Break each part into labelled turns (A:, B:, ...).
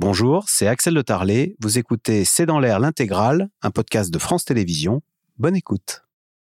A: Bonjour, c'est Axel de Tarlet. Vous écoutez C'est dans l'air l'intégrale, un podcast de France Télévisions. Bonne écoute.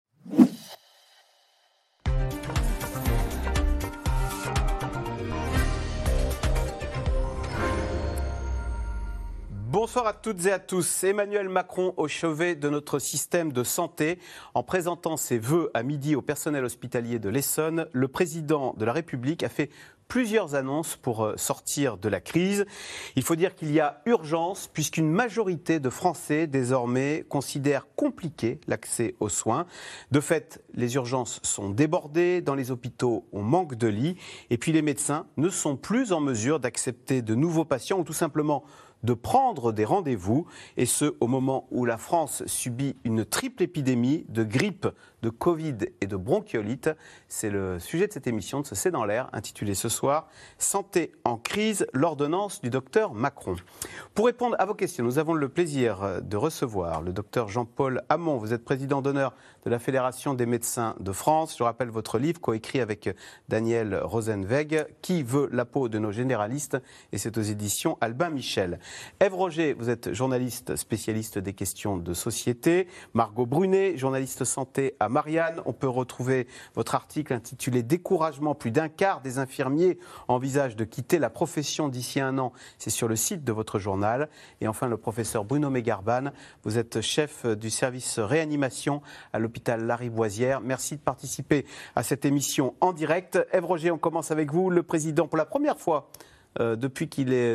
A: Bonsoir à toutes et à tous. Emmanuel Macron au chevet de notre système de santé. En présentant ses vœux à midi au personnel hospitalier de l'Essonne, le président de la République a fait plusieurs annonces pour sortir de la crise. Il faut dire qu'il y a urgence puisqu'une majorité de Français désormais considèrent compliqué l'accès aux soins. De fait, les urgences sont débordées, dans les hôpitaux on manque de lits et puis les médecins ne sont plus en mesure d'accepter de nouveaux patients ou tout simplement de prendre des rendez-vous, et ce au moment où la France subit une triple épidémie de grippe, de Covid et de bronchiolite. C'est le sujet de cette émission de ce C'est dans l'air, intitulée ce soir « Santé en crise, l'ordonnance du docteur Macron ». Pour répondre à vos questions, nous avons le plaisir de recevoir le docteur Jean-Paul Hamon. Vous êtes président d'honneur de la Fédération des médecins de France. Je rappelle votre livre, coécrit avec Daniel Rosenweg, « Qui veut la peau de nos généralistes ?» et c'est aux éditions Albin Michel. Ève Roger, vous êtes journaliste spécialiste des questions de société. Margot Brunet, journaliste santé à Marianne. On peut retrouver votre article intitulé « Découragement, plus d'un quart des infirmiers envisagent de quitter la profession d'ici un an ». C'est sur le site de votre journal. Et enfin, le professeur Bruno Megarban, vous êtes chef du service réanimation à l'hôpital Lariboisière. Merci de participer à cette émission en direct. Ève Roger, on commence avec vous. Le président, pour la première fois, depuis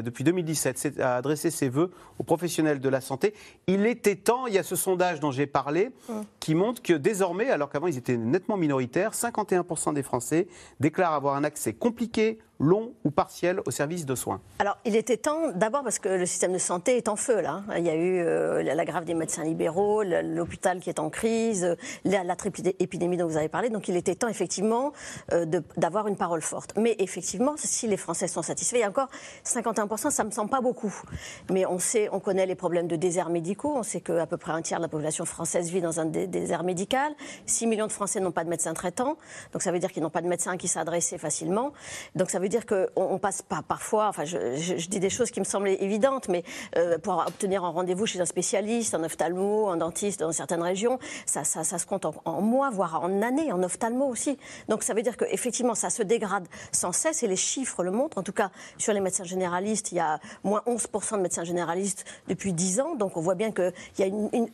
A: 2017, a adressé ses vœux aux professionnels de la santé. Il était temps, il y a ce sondage dont j'ai parlé, qui montre que désormais, alors qu'avant ils étaient nettement minoritaires, 51% des Français déclarent avoir un accès compliqué, long ou partiel au service de soins.
B: Alors, il était temps, d'abord parce que le système de santé est en feu, là. Il y a eu la grève des médecins libéraux, l'hôpital qui est en crise, la triple épidémie dont vous avez parlé. Donc, il était temps, effectivement, d'avoir une parole forte. Mais, effectivement, si les Français sont satisfaits, il y a encore 51%, ça ne me semble pas beaucoup. Mais on connaît les problèmes de déserts médicaux. On sait qu'à peu près un tiers de la population française vit dans un désert médical. 6 millions de Français n'ont pas de médecin traitant. Donc, ça veut dire qu'ils n'ont pas de médecin qui s'adresse facilement. Donc, ça veut dire qu'on passe pas parfois, enfin je dis des choses qui me semblent évidentes, mais pour obtenir un rendez-vous chez un spécialiste, un ophtalmo, un dentiste dans certaines régions, ça se compte en mois, voire en années, en ophtalmo aussi. Donc ça veut dire qu'effectivement ça se dégrade sans cesse et les chiffres le montrent. En tout cas, sur les médecins généralistes, il y a moins 11% de médecins généralistes depuis 10 ans, donc on voit bien qu'il y a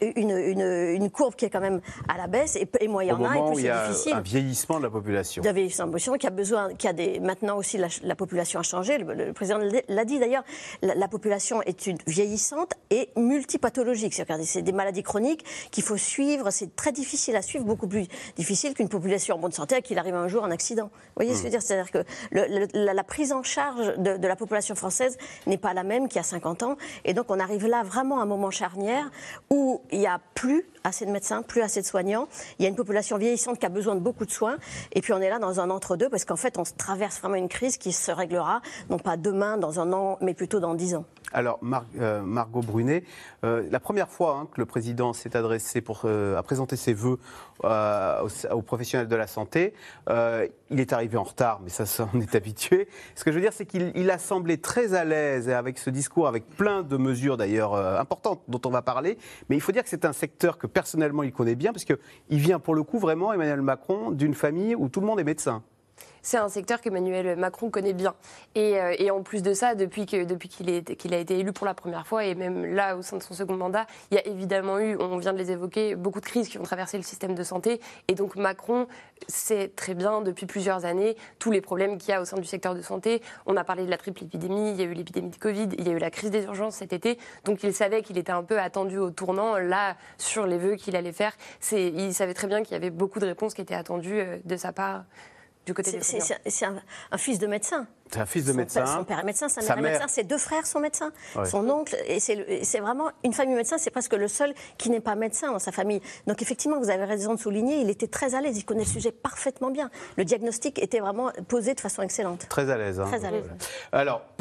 B: une courbe qui est quand même à la baisse et moins il y en a et plus c'est difficile.
A: Il y a un vieillissement de la population.
B: Un vieillissement de la population qui a maintenant aussi la population a changé. Le président l'a dit d'ailleurs, la population est vieillissante et multipathologique. C'est des maladies chroniques qu'il faut suivre. C'est très difficile à suivre, beaucoup plus difficile qu'une population en bonne santé à qui il arrive un jour un accident. Vous voyez ce que je veux dire ? C'est-à-dire que la prise en charge de la population française n'est pas la même qu'il y a 50 ans. Et donc on arrive là vraiment à un moment charnière où il n'y a plus assez de médecins, plus assez de soignants. Il y a une population vieillissante qui a besoin de beaucoup de soins. Et puis on est là dans un entre-deux parce qu'en fait on traverse vraiment une crise qui se réglera, non pas demain, dans un an, mais plutôt dans 10 ans.
A: Alors, Margot Brunet, la première fois que le président s'est adressé à présenter ses vœux aux professionnels de la santé, il est arrivé en retard, mais ça on est habitué. Ce que je veux dire, c'est qu'il a semblé très à l'aise avec ce discours, avec plein de mesures d'ailleurs importantes dont on va parler, mais il faut dire que c'est un secteur que personnellement il connaît bien, parce qu'il vient pour le coup vraiment, Emmanuel Macron, d'une famille où tout le monde est médecin.
C: C'est un secteur qu'Emmanuel Macron connaît bien. Et en plus de ça, depuis qu'il a été élu pour la première fois, et même là, au sein de son second mandat, il y a évidemment eu, on vient de les évoquer, beaucoup de crises qui ont traversé le système de santé. Et donc Macron sait très bien, depuis plusieurs années, tous les problèmes qu'il y a au sein du secteur de santé. On a parlé de la triple épidémie, il y a eu l'épidémie de Covid, il y a eu la crise des urgences cet été. Donc il savait qu'il était un peu attendu au tournant, là, sur les vœux qu'il allait faire. Il savait très bien qu'il y avait beaucoup de réponses qui étaient attendues de sa part.
B: C'est un fils de médecin.
A: C'est un fils de médecin.
B: Son père est médecin, sa mère est médecin, ses deux frères sont médecins. Ouais. Son oncle, et c'est vraiment une famille médecin, c'est presque le seul qui n'est pas médecin dans sa famille. Donc effectivement, vous avez raison de souligner, il était très à l'aise, il connaît le sujet parfaitement bien. Le diagnostic était vraiment posé de façon excellente.
A: Très à l'aise.
B: Très à l'aise.
A: Alors,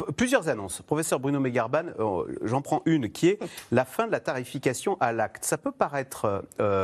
A: Plusieurs annonces. Professeur Bruno Megarban, j'en prends une qui est la fin de la tarification à l'acte. Ça peut paraître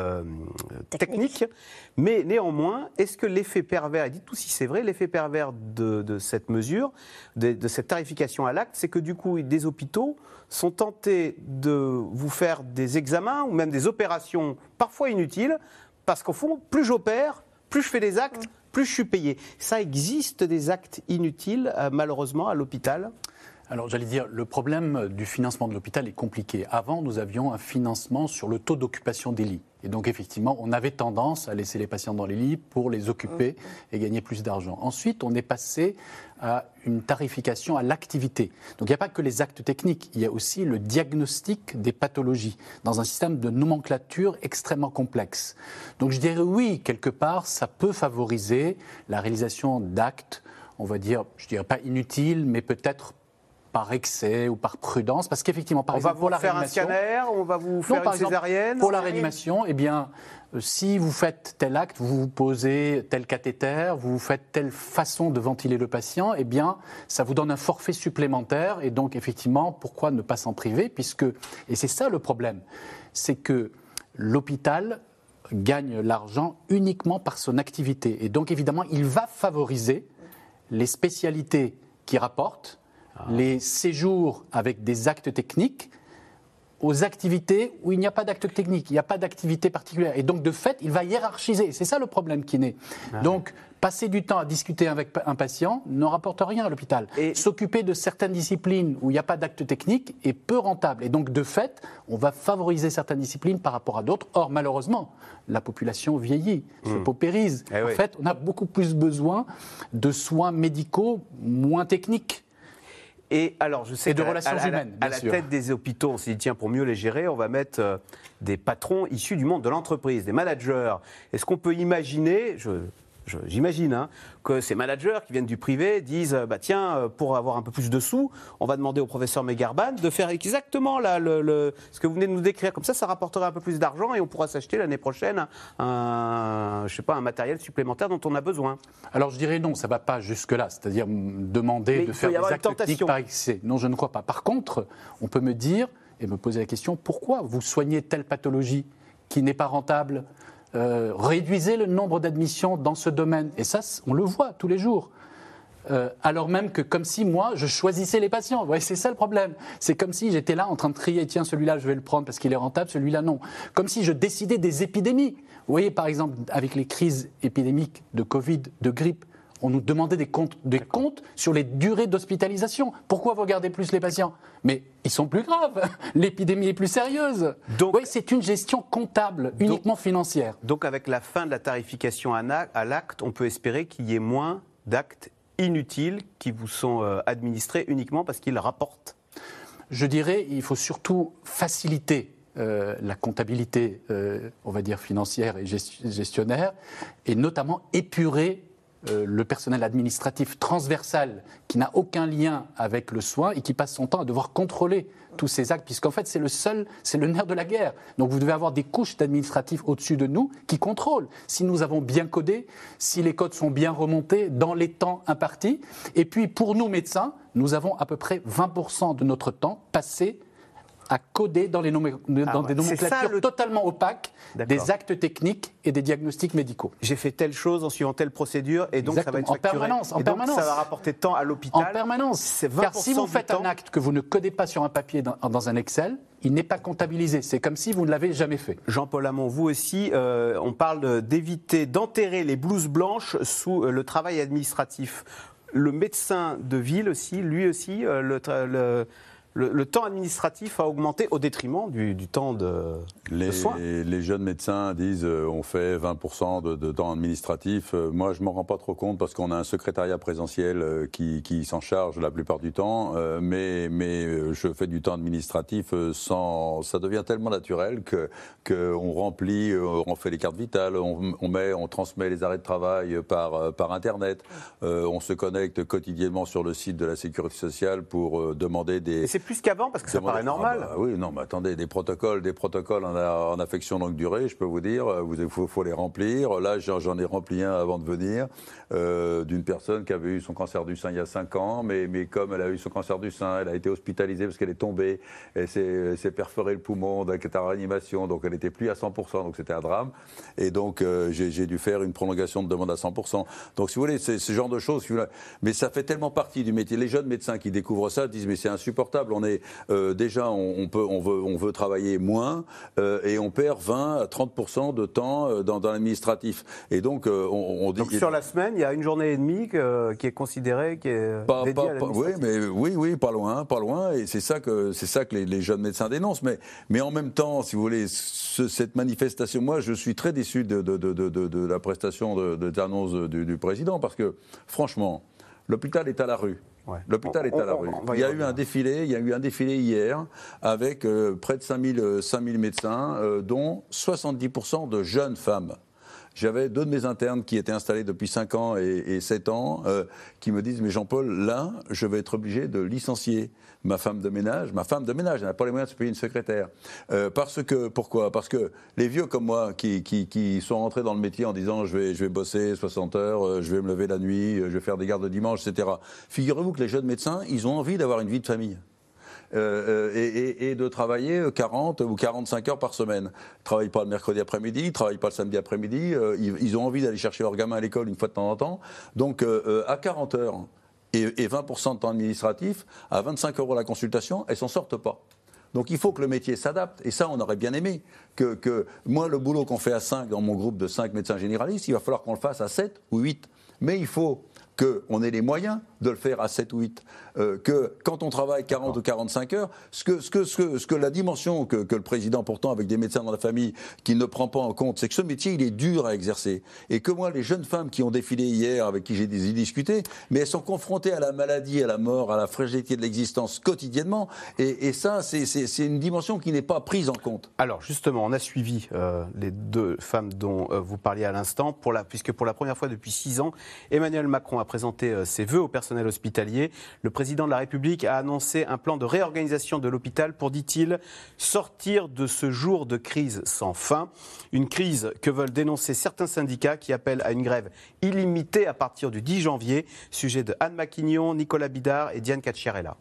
A: technique, mais néanmoins, est-ce que l'effet pervers, et dites-nous si c'est vrai, l'effet pervers de cette mesure, de cette tarification à l'acte, c'est que du coup, des hôpitaux sont tentés de vous faire des examens ou même des opérations parfois inutiles, parce qu'au fond, plus j'opère, plus je fais des actes, plus je suis payé. Ça existe des actes inutiles, malheureusement, à l'hôpital ?
D: Alors, j'allais dire, le problème du financement de l'hôpital est compliqué. Avant, nous avions un financement sur le taux d'occupation des lits. Et donc, effectivement, on avait tendance à laisser les patients dans les lits pour les occuper et gagner plus d'argent. Ensuite, on est passé à une tarification à l'activité. Donc, il n'y a pas que les actes techniques, il y a aussi le diagnostic des pathologies dans un système de nomenclature extrêmement complexe. Donc, je dirais oui, quelque part, ça peut favoriser la réalisation d'actes, on va dire, je ne dirais pas inutiles, mais peut-être par excès ou par prudence, parce qu'effectivement, par exemple, pour la réanimation...
A: On va vous faire un scanner, on va vous faire une césarienne.
D: Pour la réanimation, eh bien, si vous faites tel acte, vous posez tel cathéter, vous faites telle façon de ventiler le patient, eh bien, ça vous donne un forfait supplémentaire. Et donc, effectivement, pourquoi ne pas s'en priver, puisque, et c'est ça le problème, c'est que l'hôpital gagne l'argent uniquement par son activité. Et donc, évidemment, il va favoriser les spécialités qui rapportent, les séjours avec des actes techniques aux activités où il n'y a pas d'acte technique, il n'y a pas d'activité particulière. Et donc, de fait, il va hiérarchiser. C'est ça le problème qui naît. Donc, passer du temps à discuter avec un patient ne rapporte rien à l'hôpital. Et s'occuper de certaines disciplines où il n'y a pas d'acte technique est peu rentable. Et donc, de fait, on va favoriser certaines disciplines par rapport à d'autres. Or, malheureusement, la population vieillit, se paupérise. En fait, on a beaucoup plus besoin de soins médicaux moins techniques.
A: Et alors, je sais
D: et de relations humaines,
A: à la tête des hôpitaux, on s'est dit, tiens, pour mieux les gérer, on va mettre des patrons issus du monde de l'entreprise, des managers. Est-ce qu'on peut imaginer, j'imagine, que ces managers qui viennent du privé disent, bah tiens, pour avoir un peu plus de sous, on va demander au professeur Megarban de faire exactement là, ce que vous venez de nous décrire. Comme ça rapporterait un peu plus d'argent et on pourra s'acheter l'année prochaine un matériel supplémentaire dont on a besoin.
D: Alors je dirais non, ça ne va pas jusque-là, c'est-à-dire demander de faire des actes techniques par excès. Non, je ne crois pas. Par contre, on peut me dire et me poser la question, pourquoi vous soignez telle pathologie qui n'est pas rentable ? Réduisez le nombre d'admissions dans ce domaine. Et ça, on le voit tous les jours. Alors même que comme si moi, je choisissais les patients. Vous voyez, c'est ça le problème. C'est comme si j'étais là en train de trier, tiens, celui-là, je vais le prendre parce qu'il est rentable, celui-là, non. Comme si je décidais des épidémies. Vous voyez, par exemple, avec les crises épidémiques de Covid, de grippe, on nous demandait des comptes sur les durées d'hospitalisation. Pourquoi vous regardez plus les patients ? Mais ils sont plus graves. L'épidémie est plus sérieuse. Donc, oui, c'est une gestion comptable, uniquement financière.
A: Donc, avec la fin de la tarification à l'acte, on peut espérer qu'il y ait moins d'actes inutiles qui vous sont administrés uniquement parce qu'ils rapportent ?
D: Je dirais qu'il faut surtout faciliter la comptabilité, on va dire, financière et gestionnaire, et notamment épurer le personnel administratif transversal qui n'a aucun lien avec le soin et qui passe son temps à devoir contrôler tous ces actes, puisqu'en fait c'est le nerf de la guerre. Donc vous devez avoir des couches d'administratifs au-dessus de nous qui contrôlent si nous avons bien codé, si les codes sont bien remontés dans les temps impartis. Et puis pour nous médecins, nous avons à peu près 20% de notre temps passé à coder dans des nomenclatures totalement opaques des actes techniques et des diagnostics médicaux.
A: J'ai fait telle chose en suivant telle procédure et donc
D: exactement.
A: Ça va être facturé.
D: En permanence.
A: Ça va rapporter de temps à l'hôpital.
D: En permanence. Car si vous faites un acte que vous ne codez pas sur un papier dans un Excel, il n'est pas comptabilisé. C'est comme si vous ne l'avez jamais fait.
A: Jean-Paul Hamon, vous aussi, on parle d'éviter, d'enterrer les blouses blanches sous le travail administratif. Le médecin de ville aussi, lui aussi, le temps administratif a augmenté au détriment du temps de soins.
E: Les jeunes médecins disent on fait 20% de temps administratif. Moi, je ne m'en rends pas trop compte parce qu'on a un secrétariat présentiel qui s'en charge la plupart du temps. Mais je fais du temps administratif ça devient tellement naturel qu'on remplit, on fait les cartes vitales, on transmet les arrêts de travail par Internet. On se connecte quotidiennement sur le site de la Sécurité sociale pour demander des
A: plus qu'avant parce que ça paraît normal.
E: Oui, non, mais attendez, des protocoles en affection longue durée, je peux vous dire, il faut les remplir. Là, j'en ai rempli un avant de venir, d'une personne qui avait eu son cancer du sein il y a 5 ans, mais comme elle a eu son cancer du sein, elle a été hospitalisée parce qu'elle est tombée, elle s'est perforé le poumon, donc elle était en réanimation, donc elle n'était plus à 100%, donc c'était un drame. Et donc, j'ai dû faire une prolongation de demande à 100%. Donc, si vous voulez, c'est ce genre de choses. Mais ça fait tellement partie du métier. Les jeunes médecins qui découvrent ça disent, mais c'est insupportable. On est, déjà, on veut travailler moins et on perd 20 à 30% de temps dans l'administratif. Et donc, on dit...
A: Donc, sur la semaine, il y a une journée et demie qui est considérée, qui est dédiée à l'administratif.
E: Oui, pas loin. Et c'est ça que les jeunes médecins dénoncent. Mais en même temps, si vous voulez, cette manifestation, moi, je suis très déçu de la prestation des annonces du président, parce que, franchement, l'hôpital est à la rue. Ouais. L'hôpital est à la rue. Il y a eu un défilé hier avec près de 5000 médecins, dont 70% de jeunes femmes. J'avais 2 de mes internes qui étaient installés depuis 5 ans et 7 ans qui me disent, mais Jean-Paul, là, je vais être obligé de licencier ma femme de ménage, elle n'a pas les moyens de se payer une secrétaire. Pourquoi ? Parce que les vieux comme moi qui sont rentrés dans le métier en disant je vais bosser 60 heures, je vais me lever la nuit, je vais faire des gardes de dimanche, etc. Figurez-vous que les jeunes médecins, ils ont envie d'avoir une vie de famille. Et de travailler 40 ou 45 heures par semaine. Ils ne travaillent pas le mercredi après-midi, ils ne travaillent pas le samedi après-midi, ils ont envie d'aller chercher leur gamin à l'école une fois de temps en temps. Donc à 40 heures et 20% de temps administratif, à 25 € la consultation, elles ne s'en sortent pas. Donc il faut que le métier s'adapte. Et ça, on aurait bien aimé. Que moi, le boulot qu'on fait à 5 dans mon groupe de 5 médecins généralistes, il va falloir qu'on le fasse à 7 ou 8. Mais il faut qu'on ait les moyens de le faire à 7 ou 8. Que quand on travaille 40 ou 45 heures, ce que la dimension que le président, pourtant, avec des médecins dans la famille, qui ne prend pas en compte, c'est que ce métier, il est dur à exercer. Et que moi, les jeunes femmes qui ont défilé hier, avec qui j'ai discuté, mais elles sont confrontées à la maladie, à la mort, à la fragilité de l'existence quotidiennement. Et ça, c'est une dimension qui n'est pas prise en compte.
A: Alors, justement, on a suivi les 2 femmes dont vous parliez à l'instant, puisque pour la première fois depuis 6 ans, Emmanuel Macron a présenté ses vœux au personnel hospitalier. Le président de la République a annoncé un plan de réorganisation de l'hôpital pour, dit-il, sortir de ce jour de crise sans fin. Une crise que veulent dénoncer certains syndicats qui appellent à une grève illimitée à partir du 10 janvier. Sujet de Anne Maquignon, Nicolas Bidard et Diane Cacciarella.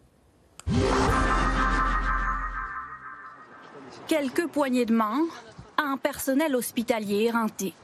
F: Quelques poignées de main à un personnel hospitalier éreinté.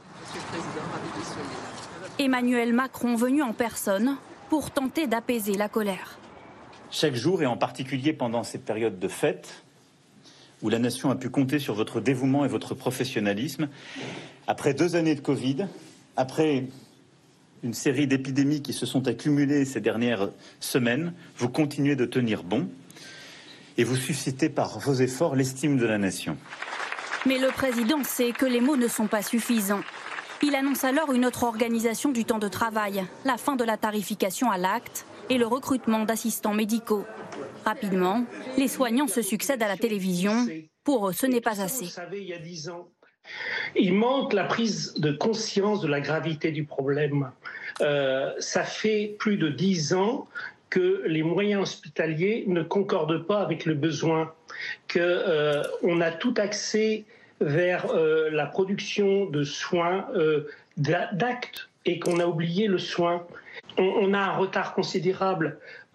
F: Emmanuel Macron venu en personne pour tenter d'apaiser la colère.
G: Chaque jour, et en particulier pendant ces périodes de fête, où la nation a pu compter sur votre dévouement et votre professionnalisme, après 2 années de Covid, après une série d'épidémies qui se sont accumulées ces dernières semaines, vous continuez de tenir bon et vous suscitez par vos efforts l'estime de la nation.
F: Mais le président sait que les mots ne sont pas suffisants. Il annonce alors une autre organisation du temps de travail, la fin de la tarification à l'acte et le recrutement d'assistants médicaux. Rapidement, les soignants se succèdent à la télévision. Pour eux, ce n'est pas assez.
H: Vous savez, il y a 10 ans, il manque la prise de conscience de la gravité du problème. Ça fait plus de 10 ans que les moyens hospitaliers ne concordent pas avec le besoin, qu'on a tout axé vers la production de soins, d'actes, et qu'on a oublié le soin. On a un retard considérable.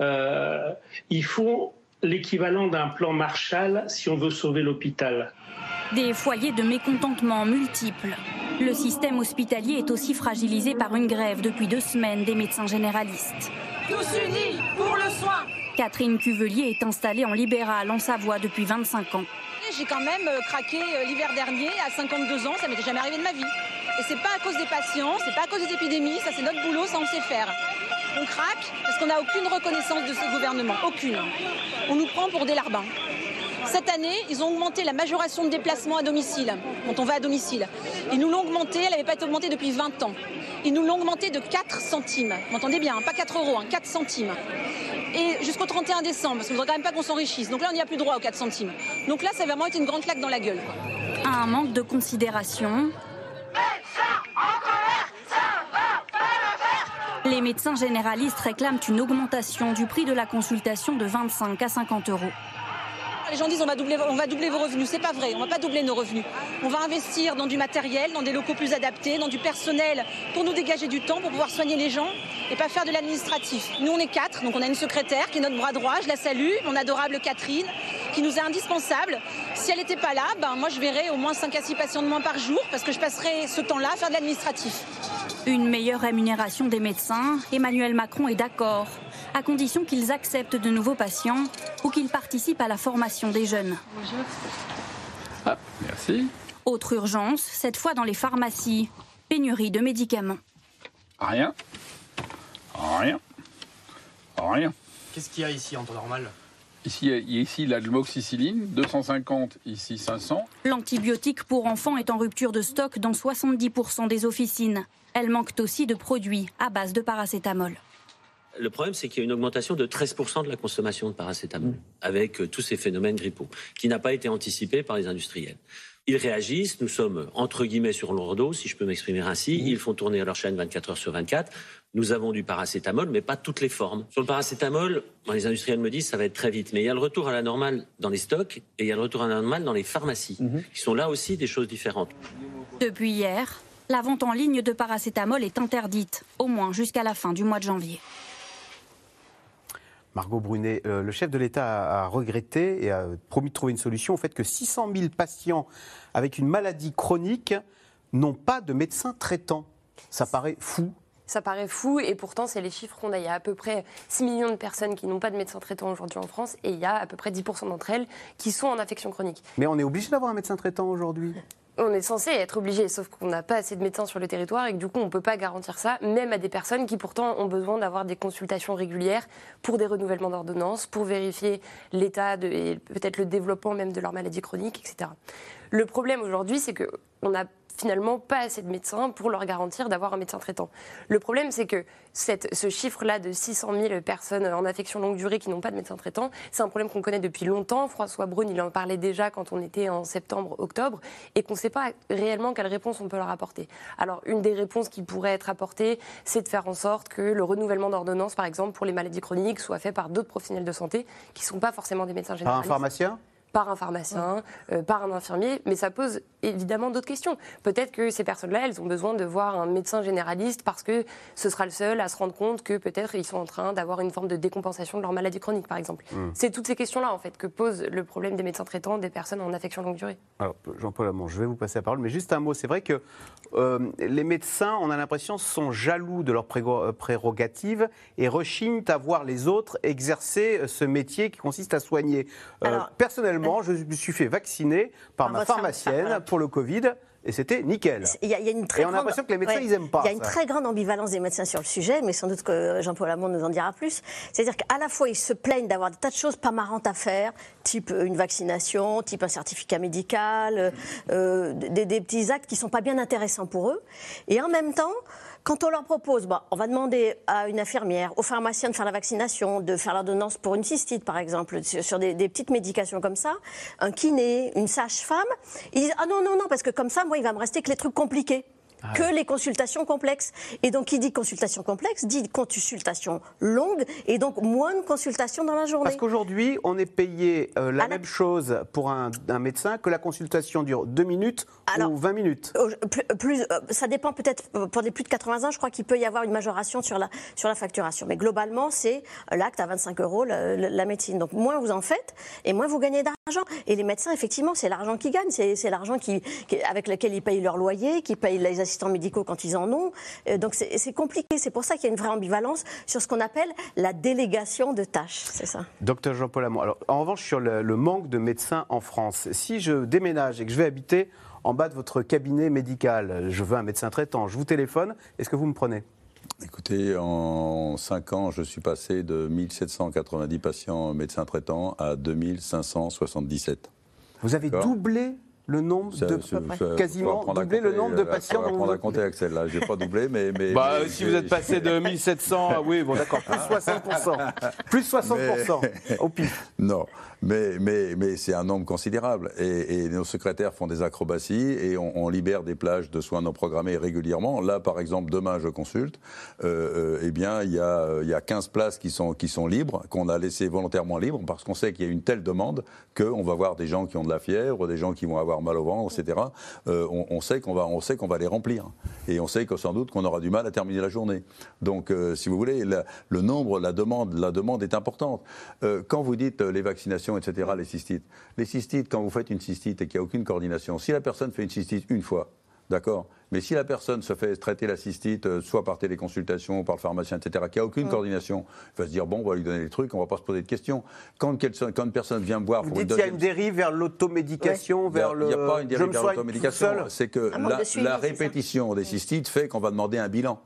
H: Il faut l'équivalent d'un plan Marshall si on veut sauver l'hôpital.
F: Des foyers de mécontentement multiples. Le système hospitalier est aussi fragilisé par une grève depuis 2 semaines des médecins généralistes.
I: Tous unis pour le soin.
F: Catherine Cuvelier est installée en libéral en Savoie depuis 25 ans.
I: J'ai quand même craqué l'hiver dernier à 52 ans, ça m'était jamais arrivé de ma vie. Et c'est pas à cause des patients, c'est pas à cause des épidémies, ça c'est notre boulot, ça on sait faire. On craque parce qu'on n'a aucune reconnaissance de ce gouvernement, aucune. On nous prend pour des larbins. Cette année, ils ont augmenté la majoration de déplacement à domicile, quand on va à domicile. Ils nous l'ont augmenté, elle n'avait pas été augmentée depuis 20 ans. Ils nous l'ont augmenté de 4 centimes. Vous m'entendez bien, pas 4 €, 4 centimes. Et jusqu'au 31 décembre, parce qu'on ne voudrait quand même pas qu'on s'enrichisse. Donc là, on n'y a plus droit aux 4 centimes. Donc là, ça a vraiment été une grande claque dans la gueule.
F: Un manque de considération. Les médecins généralistes réclament une augmentation du prix de la consultation de 25 à 50 euros.
I: Les gens disent on va doubler vos revenus. C'est pas vrai, on va pas doubler nos revenus. On va investir dans du matériel, dans des locaux plus adaptés, dans du personnel pour nous dégager du temps, pour pouvoir soigner les gens et pas faire de l'administratif. Nous on est 4, donc on a une secrétaire qui est notre bras droit, je la salue, mon adorable Catherine, qui nous est indispensable. Si elle n'était pas là, moi je verrais au moins 5 à 6 patients de moins par jour parce que je passerais ce temps-là à faire de l'administratif.
F: Une meilleure rémunération des médecins, Emmanuel Macron est d'accord, à condition qu'ils acceptent de nouveaux patients ou qu'ils participent à la formation des jeunes.
I: Bonjour.
J: Ah, merci.
F: Autre urgence, cette fois dans les pharmacies. Pénurie de médicaments.
J: Rien.
K: Qu'est-ce qu'il y a ici en temps normal ?
J: Ici, la l'moxicilline, 250, ici 500.
F: L'antibiotique pour enfants est en rupture de stock dans 70% des officines. Elle manque aussi de produits à base de paracétamol.
L: Le problème, c'est qu'il y a une augmentation de 13% de la consommation de paracétamol, avec tous ces phénomènes grippaux, qui n'a pas été anticipé par les industriels. Ils réagissent, nous sommes entre guillemets sur leur dos, si je peux m'exprimer ainsi, ils font tourner leur chaîne 24 heures sur 24. Nous avons du paracétamol, mais pas toutes les formes. Sur le paracétamol, les industriels me disent que ça va être très vite, mais il y a le retour à la normale dans les stocks et il y a le retour à la normale dans les pharmacies, qui sont là aussi des choses différentes.
F: Depuis hier, la vente en ligne de paracétamol est interdite, au moins jusqu'à la fin du mois de janvier.
A: Margot Brunet, le chef de l'État a regretté et a promis de trouver une solution au fait que 600 000 patients avec une maladie chronique n'ont pas de médecin traitant. Ça paraît fou.
C: Ça paraît fou et pourtant c'est les chiffres qu'on a. Il y a à peu près 6 millions de personnes qui n'ont pas de médecin traitant aujourd'hui en France et il y a à peu près 10% d'entre elles qui sont en affection chronique.
A: Mais on est obligé d'avoir un médecin traitant aujourd'hui ?
C: On est censé être obligé, sauf qu'on n'a pas assez de médecins sur le territoire et que du coup on ne peut pas garantir ça, même à des personnes qui pourtant ont besoin d'avoir des consultations régulières pour des renouvellements d'ordonnances, pour vérifier l'état et peut-être le développement même de leur maladie chronique, etc. Le problème aujourd'hui, c'est qu'on n'a finalement pas assez de médecins pour leur garantir d'avoir un médecin traitant. Le problème, c'est que ce chiffre-là de 600 000 personnes en affection longue durée qui n'ont pas de médecin traitant, c'est un problème qu'on connaît depuis longtemps. François Braun, il en parlait déjà quand on était en septembre-octobre et qu'on ne sait pas réellement quelle réponse on peut leur apporter. Alors, une des réponses qui pourrait être apportée, c'est de faire en sorte que le renouvellement d'ordonnances, par exemple, pour les maladies chroniques, soit fait par d'autres professionnels de santé qui ne sont pas forcément des médecins généralistes.
A: Par un pharmacien ?
C: Par un pharmacien, par un infirmier, mais ça pose évidemment d'autres questions. Peut-être que ces personnes-là, elles ont besoin de voir un médecin généraliste parce que ce sera le seul à se rendre compte que peut-être ils sont en train d'avoir une forme de décompensation de leur maladie chronique, par exemple. C'est toutes ces questions-là, en fait, que pose le problème des médecins traitants, des personnes en affection longue durée. Alors,
A: Jean-Paul Hamon, je vais vous passer la parole, mais juste un mot. C'est vrai que les médecins, on a l'impression, sont jaloux de leurs prérogatives et rechignent à voir les autres exercer ce métier qui consiste à soigner. Personnellement, je me suis fait vacciner par ma pharmacienne pour le Covid. Et c'était nickel.
B: Il y a une très
A: et on a l'impression que les médecins, ils n'aiment pas.
B: Il y a une très grande ambivalence des médecins sur le sujet, mais sans doute que Jean-Paul Hamon nous en dira plus. C'est-à-dire qu'à la fois, ils se plaignent d'avoir des tas de choses pas marrantes à faire, type une vaccination, type un certificat médical, des petits actes qui ne sont pas bien intéressants pour eux. Et en même temps, quand on leur propose, on va demander à une infirmière, au pharmacien de faire la vaccination, de faire l'ordonnance pour une cystite, par exemple, sur des petites médications comme ça, un kiné, une sage-femme, ils disent « Ah non, parce que comme ça, moi, il va me rester que les trucs compliqués. » Que les consultations complexes. Et donc, qui dit consultation complexe, dit consultation longue, et donc moins de consultations dans la journée.
A: Parce qu'aujourd'hui, on est payé la même chose pour un médecin que la consultation dure 2 minutes ou 20 minutes.
B: Ça dépend peut-être, pour les plus de 80 ans, je crois qu'il peut y avoir une majoration sur la facturation. Mais globalement, c'est l'acte à 25 € la médecine. Donc, moins vous en faites, et moins vous gagnez d'argent. Et les médecins, effectivement, c'est l'argent qu'ils gagnent. C'est l'argent avec lequel ils payent leur loyer, qui payent les assistants médicaux quand ils en ont. Donc c'est compliqué. C'est pour ça qu'il y a une vraie ambivalence sur ce qu'on appelle la délégation de tâches. C'est ça.
A: Docteur Jean-Paul Hamon. Alors, en revanche, sur le manque de médecins en France, si je déménage et que je vais habiter en bas de votre cabinet médical, je veux un médecin traitant, je vous téléphone, est-ce que vous me prenez ?
E: Écoutez, en 5 ans, je suis passé de 1790 patients médecins traitants à 2577.
A: Vous avez doublé ? le nombre quasiment doublé le nombre de patients.
E: On va prendre à compter Axel, là. Je n'ai pas doublé, mais
A: si vous êtes passé de 1700, oui, bon d'accord, plus 60%. Plus 60%, au pif.
E: Non, mais c'est un nombre considérable. Et nos secrétaires font des acrobaties et on libère des plages de soins non programmés régulièrement. Là, par exemple, demain, je consulte. Eh bien, il y a 15 places qui sont libres, qu'on a laissées volontairement libres, parce qu'on sait qu'il y a une telle demande qu'on va voir des gens qui ont de la fièvre, des gens qui vont avoir mal au ventre, etc. On sait qu'on va les remplir. Et on sait que sans doute qu'on aura du mal à terminer la journée. Donc, si vous voulez, le nombre, la demande est importante. Quand vous dites les vaccinations, etc., les cystites, quand vous faites une cystite et qu'il n'y a aucune coordination, si la personne fait une cystite une fois, d'accord, mais si la personne se fait traiter la cystite, soit par téléconsultation, par le pharmacien, etc., qui n'a aucune coordination, il va se dire, bon, on va lui donner des trucs, on ne va pas se poser de questions. Quand une personne vient me voir...
A: Vous dites qu'il y a une dérive vers l'automédication, vers le...
E: Il n'y a pas une dérive vers l'automédication, c'est que la répétition des cystites fait qu'on va demander un bilan.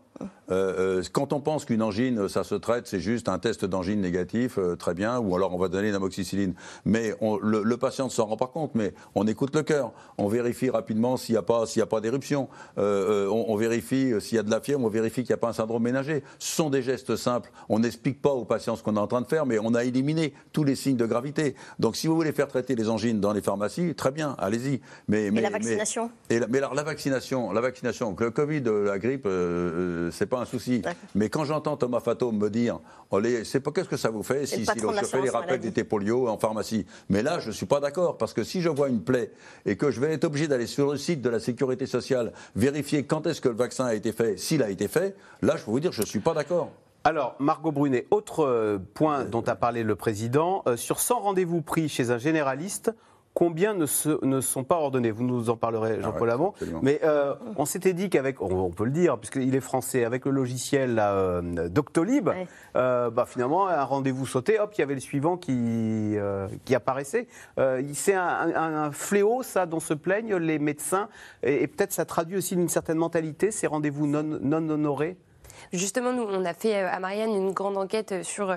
E: Quand on pense qu'une angine, ça se traite, c'est juste un test d'angine négatif, très bien, ou alors on va donner une amoxicilline. Mais le patient ne s'en rend pas compte, mais on écoute le cœur, on vérifie rapidement s'il n'y a pas d'éruption, on vérifie s'il y a de la fièvre, on vérifie qu'il n'y a pas un syndrome ménager. Ce sont des gestes simples. On n'explique pas aux patients ce qu'on est en train de faire, mais on a éliminé tous les signes de gravité. Donc si vous voulez faire traiter les angines dans les pharmacies, très bien, allez-y. Mais
B: la vaccination
E: mais alors la vaccination, le Covid, la grippe, c'est pas un souci. Mais quand j'entends Thomas Fatome me dire, qu'est-ce que ça vous fait si je fais les rappels d'été polio en pharmacie? Mais là, je ne suis pas d'accord, parce que si je vois une plaie et que je vais être obligé d'aller sur le site de la Sécurité sociale, vérifier quand est-ce que le vaccin a été fait, s'il a été fait, là, je peux vous dire, je ne suis pas d'accord.
A: Alors, Margot Brunet, autre point dont a parlé le président, sur 100 rendez-vous pris chez un généraliste, combien ne sont pas ordonnés? Vous nous en parlerez, Jean-Paul Hamon. Mais on s'était dit qu'avec, on peut le dire, puisqu'il est français, avec le logiciel Doctolib, finalement, un rendez-vous sauté, hop, il y avait le suivant qui apparaissait. C'est un fléau, ça, dont se plaignent les médecins. Et peut-être ça traduit aussi une certaine mentalité, ces rendez-vous non honorés.
C: Justement, nous, on a fait à Marianne une grande enquête sur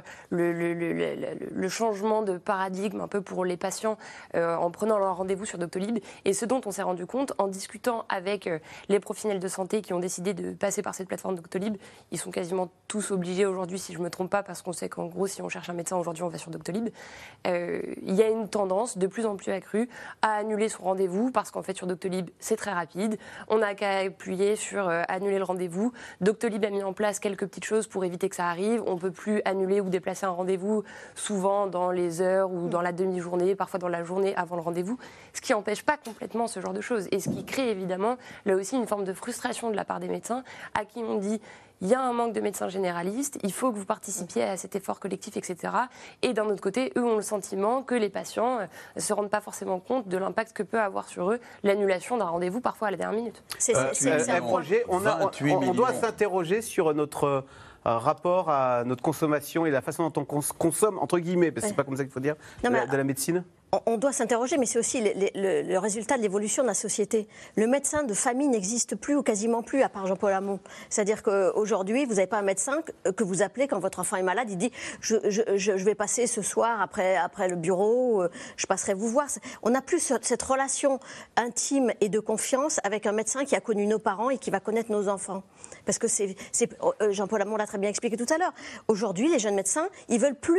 C: le changement de paradigme un peu pour les patients en prenant leur rendez-vous sur Doctolib. Et ce dont on s'est rendu compte en discutant avec les professionnels de santé qui ont décidé de passer par cette plateforme Doctolib, ils sont quasiment tous obligés aujourd'hui, si je ne me trompe pas, parce qu'on sait qu'en gros, si on cherche un médecin aujourd'hui, on va sur Doctolib. Il y a une tendance de plus en plus accrue à annuler son rendez-vous parce qu'en fait, sur Doctolib, c'est très rapide. On n'a qu'à appuyer sur annuler le rendez-vous. Doctolib a mis en place quelques petites choses pour éviter que ça arrive. On ne peut plus annuler ou déplacer un rendez-vous souvent dans les heures ou dans la demi-journée, parfois dans la journée avant le rendez-vous, ce qui n'empêche pas complètement ce genre de choses et ce qui crée évidemment là aussi une forme de frustration de la part des médecins à qui on dit il y a un manque de médecins généralistes, il faut que vous participiez à cet effort collectif, etc. Et d'un autre côté, eux ont le sentiment que les patients ne se rendent pas forcément compte de l'impact que peut avoir sur eux l'annulation d'un rendez-vous, parfois à la dernière minute.
A: Roger, on doit s'interroger sur notre rapport à notre consommation et la façon dont on consomme, entre guillemets, parce que c'est pas comme ça qu'il faut dire, de la médecine.
B: On doit s'interroger, mais c'est aussi le résultat de l'évolution de la société. Le médecin de famille n'existe plus ou quasiment plus, à part Jean-Paul Hamon. C'est-à-dire qu'aujourd'hui, vous n'avez pas un médecin que vous appelez quand votre enfant est malade, il dit « je vais passer ce soir après le bureau, je passerai vous voir ». On n'a plus cette relation intime et de confiance avec un médecin qui a connu nos parents et qui va connaître nos enfants. Parce que Jean-Paul Hamon l'a très bien expliqué tout à l'heure. Aujourd'hui, les jeunes médecins, ils ne veulent plus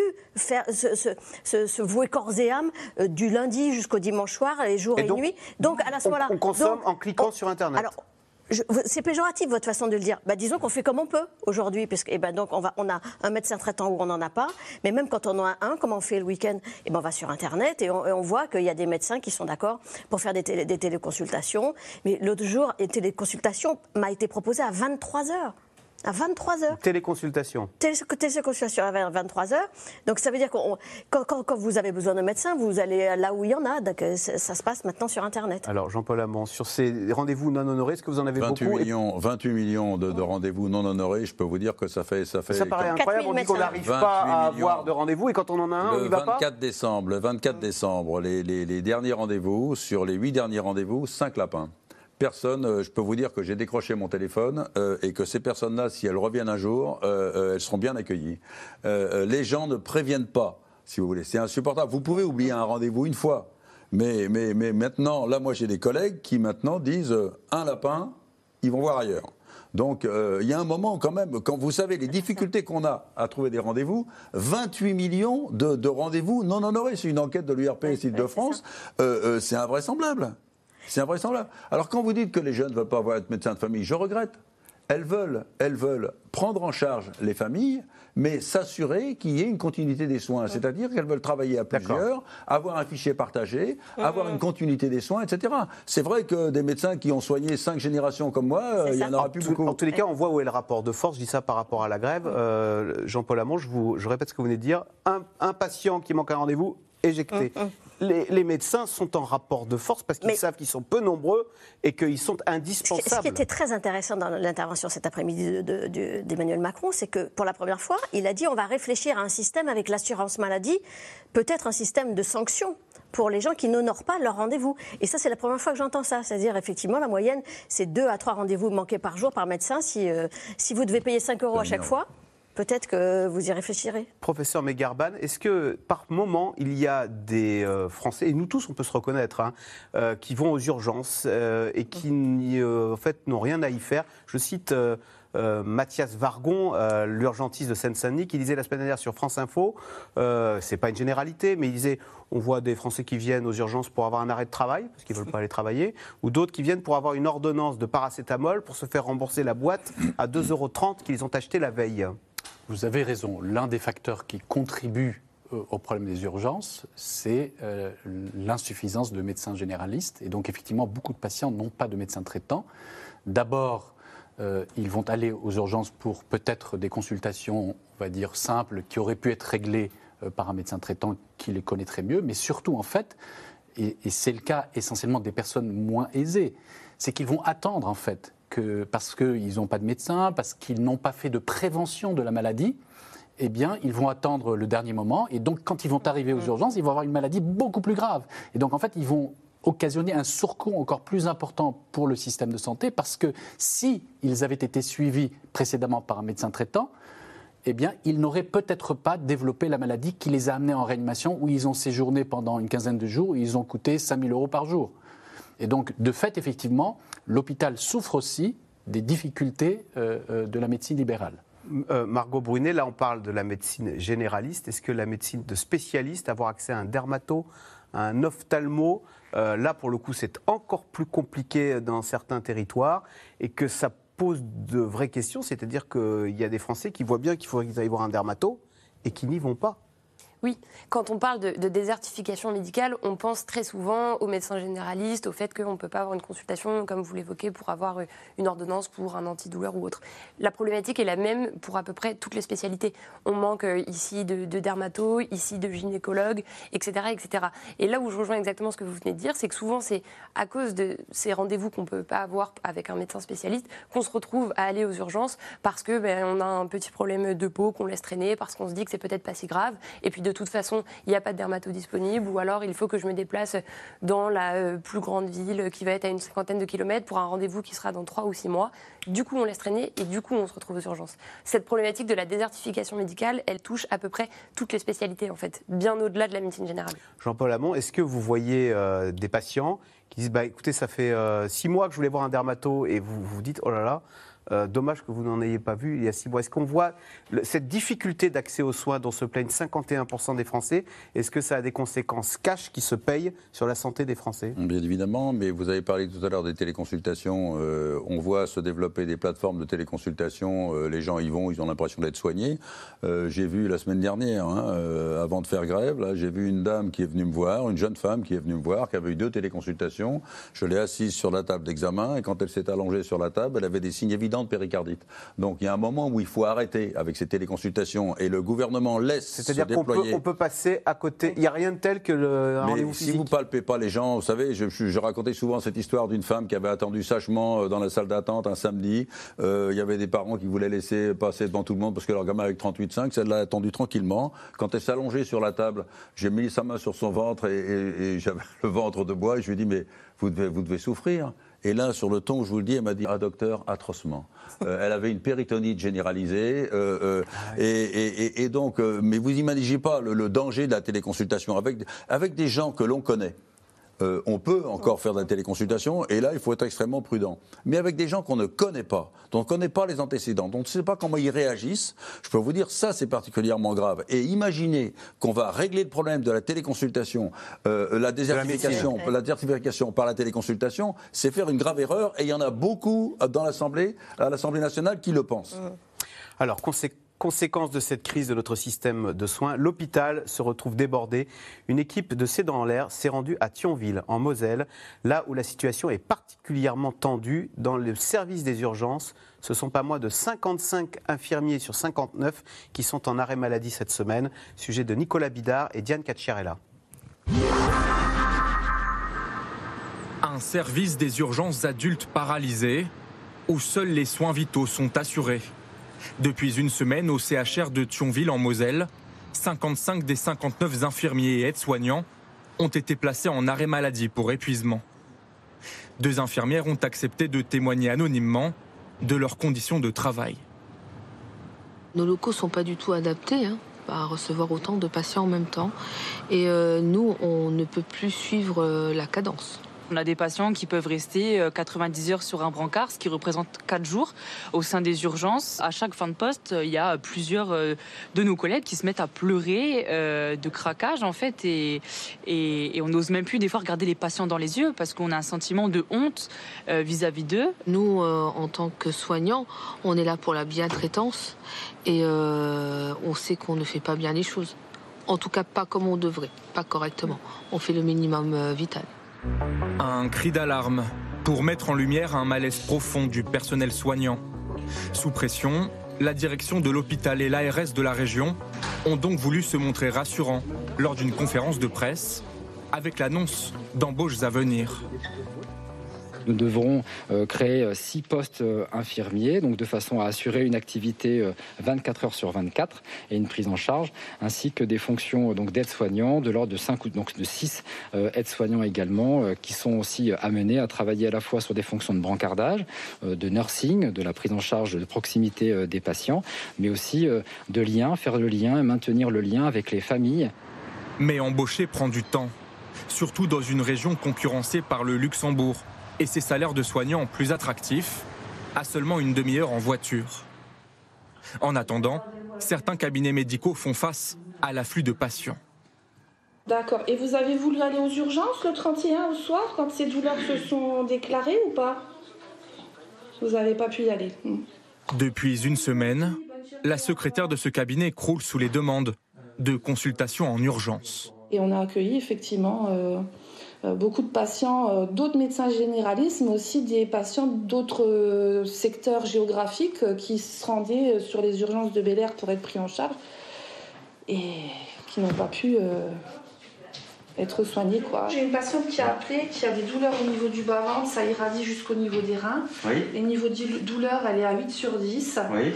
B: se vouer corps et âme du lundi jusqu'au dimanche soir, les jours et nuits. Donc, à ce moment-là,
A: on consomme en cliquant sur Internet.
B: Alors, c'est péjoratif votre façon de le dire. Disons qu'on fait comme on peut aujourd'hui, parce que donc on a un médecin traitant où on n'en a pas, mais même quand on en a un, comme on fait le week-end, on va sur Internet et on voit qu'il y a des médecins qui sont d'accord pour faire des téléconsultations. Mais l'autre jour, une téléconsultation m'a été proposée à 23h. À 23h.
A: Téléconsultation.
B: Téléconsultation à 23h. Donc ça veut dire que quand vous avez besoin d'un médecin, vous allez là où il y en a. Donc ça se passe maintenant sur Internet.
A: Alors Jean-Paul Hamon, sur ces rendez-vous non honorés, est-ce que vous en avez
E: 28 millions de rendez-vous non honorés, je peux vous dire que ça fait
A: ça paraît incroyable, on dit qu'on n'arrive pas à avoir de rendez-vous et quand on en a un, on n'y va pas.
E: Le 24 décembre, les derniers rendez-vous, sur les 8 derniers rendez-vous, 5 lapins. Personne, je peux vous dire que j'ai décroché mon téléphone et que ces personnes-là, si elles reviennent un jour, elles seront bien accueillies. Les gens ne préviennent pas, si vous voulez. C'est insupportable. Vous pouvez oublier un rendez-vous une fois. Mais maintenant, là, moi, j'ai des collègues qui maintenant disent un lapin, ils vont voir ailleurs. Donc, il y a un moment quand même, quand vous savez les difficultés qu'on a à trouver des rendez-vous, 28 millions de rendez-vous non honorés. C'est une enquête de l'URP et Île-de-France. C'est invraisemblable. C'est invraisemblable. Alors, quand vous dites que les jeunes ne veulent pas être médecins de famille, je regrette. Elles veulent prendre en charge les familles, mais s'assurer qu'il y ait une continuité des soins. C'est-à-dire qu'elles veulent travailler à plusieurs, avoir un fichier partagé, avoir une continuité des soins, etc. C'est vrai que des médecins qui ont soigné 5 générations comme moi, il n'y en aura plus beaucoup.
A: En tous les cas, on voit où est le rapport de force. Je dis ça par rapport à la grève. Jean-Paul Hamon, je répète ce que vous venez de dire. Un patient qui manque un rendez-vous, éjecté. Les médecins sont en rapport de force parce qu'ils savent qu'ils sont peu nombreux et qu'ils sont indispensables.
B: Ce qui était très intéressant dans l'intervention cet après-midi d'Emmanuel Macron, c'est que pour la première fois, il a dit on va réfléchir à un système avec l'assurance maladie, peut-être un système de sanctions pour les gens qui n'honorent pas leur rendez-vous. Et ça, c'est la première fois que j'entends ça. C'est-à-dire, effectivement, la moyenne, c'est 2 à 3 rendez-vous manqués par jour par médecin. Si vous devez payer 5 € à chaque fois, peut-être que vous y réfléchirez.
A: Professeur Megarban, est-ce que par moment, il y a des Français, et nous tous on peut se reconnaître, qui vont aux urgences et qui en fait, n'ont rien à y faire. Je cite Mathias Vargon, l'urgentiste de Seine-Saint-Denis, qui disait la semaine dernière sur France Info, c'est pas une généralité, mais il disait on voit des Français qui viennent aux urgences pour avoir un arrêt de travail, parce qu'ils ne veulent pas aller travailler, ou d'autres qui viennent pour avoir une ordonnance de paracétamol pour se faire rembourser la boîte à 2,30 € qu'ils ont acheté la veille.
D: Vous avez raison. L'un des facteurs qui contribue au problème des urgences, c'est l'insuffisance de médecins généralistes. Et donc, effectivement, beaucoup de patients n'ont pas de médecin traitant. D'abord, ils vont aller aux urgences pour peut-être des consultations, on va dire, simples, qui auraient pu être réglées par un médecin traitant qui les connaîtrait mieux. Mais surtout, en fait, et c'est le cas essentiellement des personnes moins aisées, c'est qu'ils vont attendre, en fait, parce qu'ils n'ont pas de médecin, parce qu'ils n'ont pas fait de prévention de la maladie, eh bien, ils vont attendre le dernier moment. Et donc, quand ils vont arriver aux urgences, ils vont avoir une maladie beaucoup plus grave. Et donc, en fait, ils vont occasionner un surcoût encore plus important pour le système de santé, parce que s'ils avaient été suivis précédemment par un médecin traitant, eh bien, ils n'auraient peut-être pas développé la maladie qui les a amenés en réanimation, où ils ont séjourné pendant une quinzaine de jours, où ils ont coûté 5 000 € par jour. Et donc, de fait, effectivement, l'hôpital souffre aussi des difficultés de la médecine libérale.
A: Margot Brunet, là on parle de la médecine généraliste. Est-ce que la médecine de spécialiste, avoir accès à un dermato, à un ophtalmo, là pour le coup c'est encore plus compliqué dans certains territoires et que ça pose de vraies questions, c'est-à-dire qu'il y a des Français qui voient bien qu'il faudrait qu'ils aillent voir un dermato et qui n'y vont pas.
C: Oui, quand on parle de désertification médicale, on pense très souvent aux médecins généralistes, au fait qu'on ne peut pas avoir une consultation, comme vous l'évoquez, pour avoir une ordonnance pour un antidouleur ou autre. La problématique est la même pour à peu près toutes les spécialités. On manque ici de dermato, ici de gynécologues, etc., etc. Et là où je rejoins exactement ce que vous venez de dire, c'est que souvent c'est à cause de ces rendez-vous qu'on ne peut pas avoir avec un médecin spécialiste qu'on se retrouve à aller aux urgences parce que on a un petit problème de peau qu'on laisse traîner, parce qu'on se dit que c'est peut-être pas si grave, et puis de toute façon, il n'y a pas de dermato disponible, ou alors il faut que je me déplace dans la plus grande ville qui va être à une 50aine de kilomètres pour un rendez-vous qui sera dans 3 ou 6 mois. Du coup, on laisse traîner et du coup, on se retrouve aux urgences. Cette problématique de la désertification médicale, elle touche à peu près toutes les spécialités, en fait, bien au-delà de la médecine générale.
A: Jean-Paul Hamon, est-ce que vous voyez des patients qui disent écoutez, ça fait 6 mois que je voulais voir un dermato et vous vous dites oh là là, dommage que vous n'en ayez pas vu il y a 6 mois. Est-ce qu'on voit cette difficulté d'accès aux soins dont se plaignent 51% des Français? Est-ce que ça a des conséquences cash qui se payent sur la santé des Français?
E: Bien évidemment, mais vous avez parlé tout à l'heure des téléconsultations. On voit se développer des plateformes de téléconsultation. Les gens y vont, ils ont l'impression d'être soignés. J'ai vu la semaine dernière, avant de faire grève, là, j'ai vu une dame qui est venue me voir, une jeune femme qui est venue me voir, qui avait eu 2 téléconsultations. Je l'ai assise sur la table d'examen et quand elle s'est allongée sur la table, elle avait des signes évidents de péricardite. Donc il y a un moment où il faut arrêter avec ces téléconsultations et le gouvernement laisse se déployer.
A: C'est-à-dire qu'on peut passer à côté. Il n'y a rien de tel que le rendez-vous physique.
E: Si vous ne palpez pas les gens, vous savez, je racontais souvent cette histoire d'une femme qui avait attendu sagement dans la salle d'attente un samedi. Il y avait des parents qui voulaient laisser passer devant tout le monde parce que leur gamin avec 38,5, celle-là a attendu tranquillement. Quand elle s'est allongée sur la table, j'ai mis sa main sur son ventre et j'avais le ventre de bois et je lui ai dit mais vous devez souffrir. Et là, sur le ton, je vous le dis, elle m'a dit « Ah, docteur, atrocement ». Elle avait une péritonite généralisée. Et donc, mais vous n'imaginez pas le danger de la téléconsultation avec des gens que l'on connaît. on peut encore faire de la téléconsultation, et là, il faut être extrêmement prudent. Mais avec des gens qu'on ne connaît pas, dont on ne connaît pas les antécédents, dont on ne sait pas comment ils réagissent, je peux vous dire, ça, c'est particulièrement grave. Et imaginez qu'on va régler le problème de la téléconsultation, la désertification par la téléconsultation, c'est faire une grave erreur, et il y en a beaucoup à l'Assemblée nationale qui le pensent.
A: Alors, conséquence de cette crise de notre système de soins, l'hôpital se retrouve débordé. Une équipe de C'est dans l'air s'est rendue à Thionville, en Moselle, là où la situation est particulièrement tendue. Dans le service des urgences, ce ne sont pas moins de 55 infirmiers sur 59 qui sont en arrêt maladie cette semaine. Sujet de Nicolas Bidard et Diane Cacciarella.
M: Un service des urgences adultes paralysé, où seuls les soins vitaux sont assurés. Depuis une semaine, au CHR de Thionville en Moselle, 55 des 59 infirmiers et aides-soignants ont été placés en arrêt maladie pour épuisement. 2 infirmières ont accepté de témoigner anonymement de leurs conditions de travail.
N: Nos locaux ne sont pas du tout adaptés à recevoir autant de patients en même temps. Et nous, on ne peut plus suivre la cadence.
O: On a des patients qui peuvent rester 90 heures sur un brancard, ce qui représente 4 jours au sein des urgences. À chaque fin de poste, il y a plusieurs de nos collègues qui se mettent à pleurer de craquage en fait, et on n'ose même plus des fois regarder les patients dans les yeux parce qu'on a un sentiment de honte vis-à-vis d'eux.
N: Nous, en tant que soignants, on est là pour la bientraitance et on sait qu'on ne fait pas bien les choses. En tout cas, pas comme on devrait, pas correctement. On fait le minimum vital.
M: Un cri d'alarme pour mettre en lumière un malaise profond du personnel soignant. Sous pression, la direction de l'hôpital et l'ARS de la région ont donc voulu se montrer rassurants lors d'une conférence de presse avec l'annonce d'embauches à venir.
P: Nous devrons créer 6 postes infirmiers, donc de façon à assurer une activité 24 heures sur 24 et une prise en charge, ainsi que des fonctions d'aide-soignants de l'ordre de 5 ou donc de 6 aides-soignants également, qui sont aussi amenés à travailler à la fois sur des fonctions de brancardage, de nursing, de la prise en charge de proximité des patients, mais aussi de lien, faire le lien et maintenir le lien avec les familles.
M: Mais embaucher prend du temps, surtout dans une région concurrencée par le Luxembourg et ses salaires de soignants plus attractifs, à seulement une demi-heure en voiture. En attendant, certains cabinets médicaux font face à l'afflux de patients.
Q: D'accord. Et vous avez voulu aller aux urgences le 31 au soir, quand ces douleurs se sont déclarées ou pas? Vous n'avez pas pu y aller.
M: Depuis une semaine, la secrétaire de ce cabinet croule sous les demandes de consultations en urgence.
Q: Et on a accueilli effectivement beaucoup de patients, d'autres médecins généralistes, mais aussi des patients d'autres secteurs géographiques qui se rendaient sur les urgences de Bel-Air pour être pris en charge et qui n'ont pas pu être soignés, quoi. J'ai une patiente qui a appelé, qui a des douleurs au niveau du bas-ventre, ça irradie jusqu'au niveau des reins. Oui. Et niveau de douleur, elle est à 8 sur 10. Oui.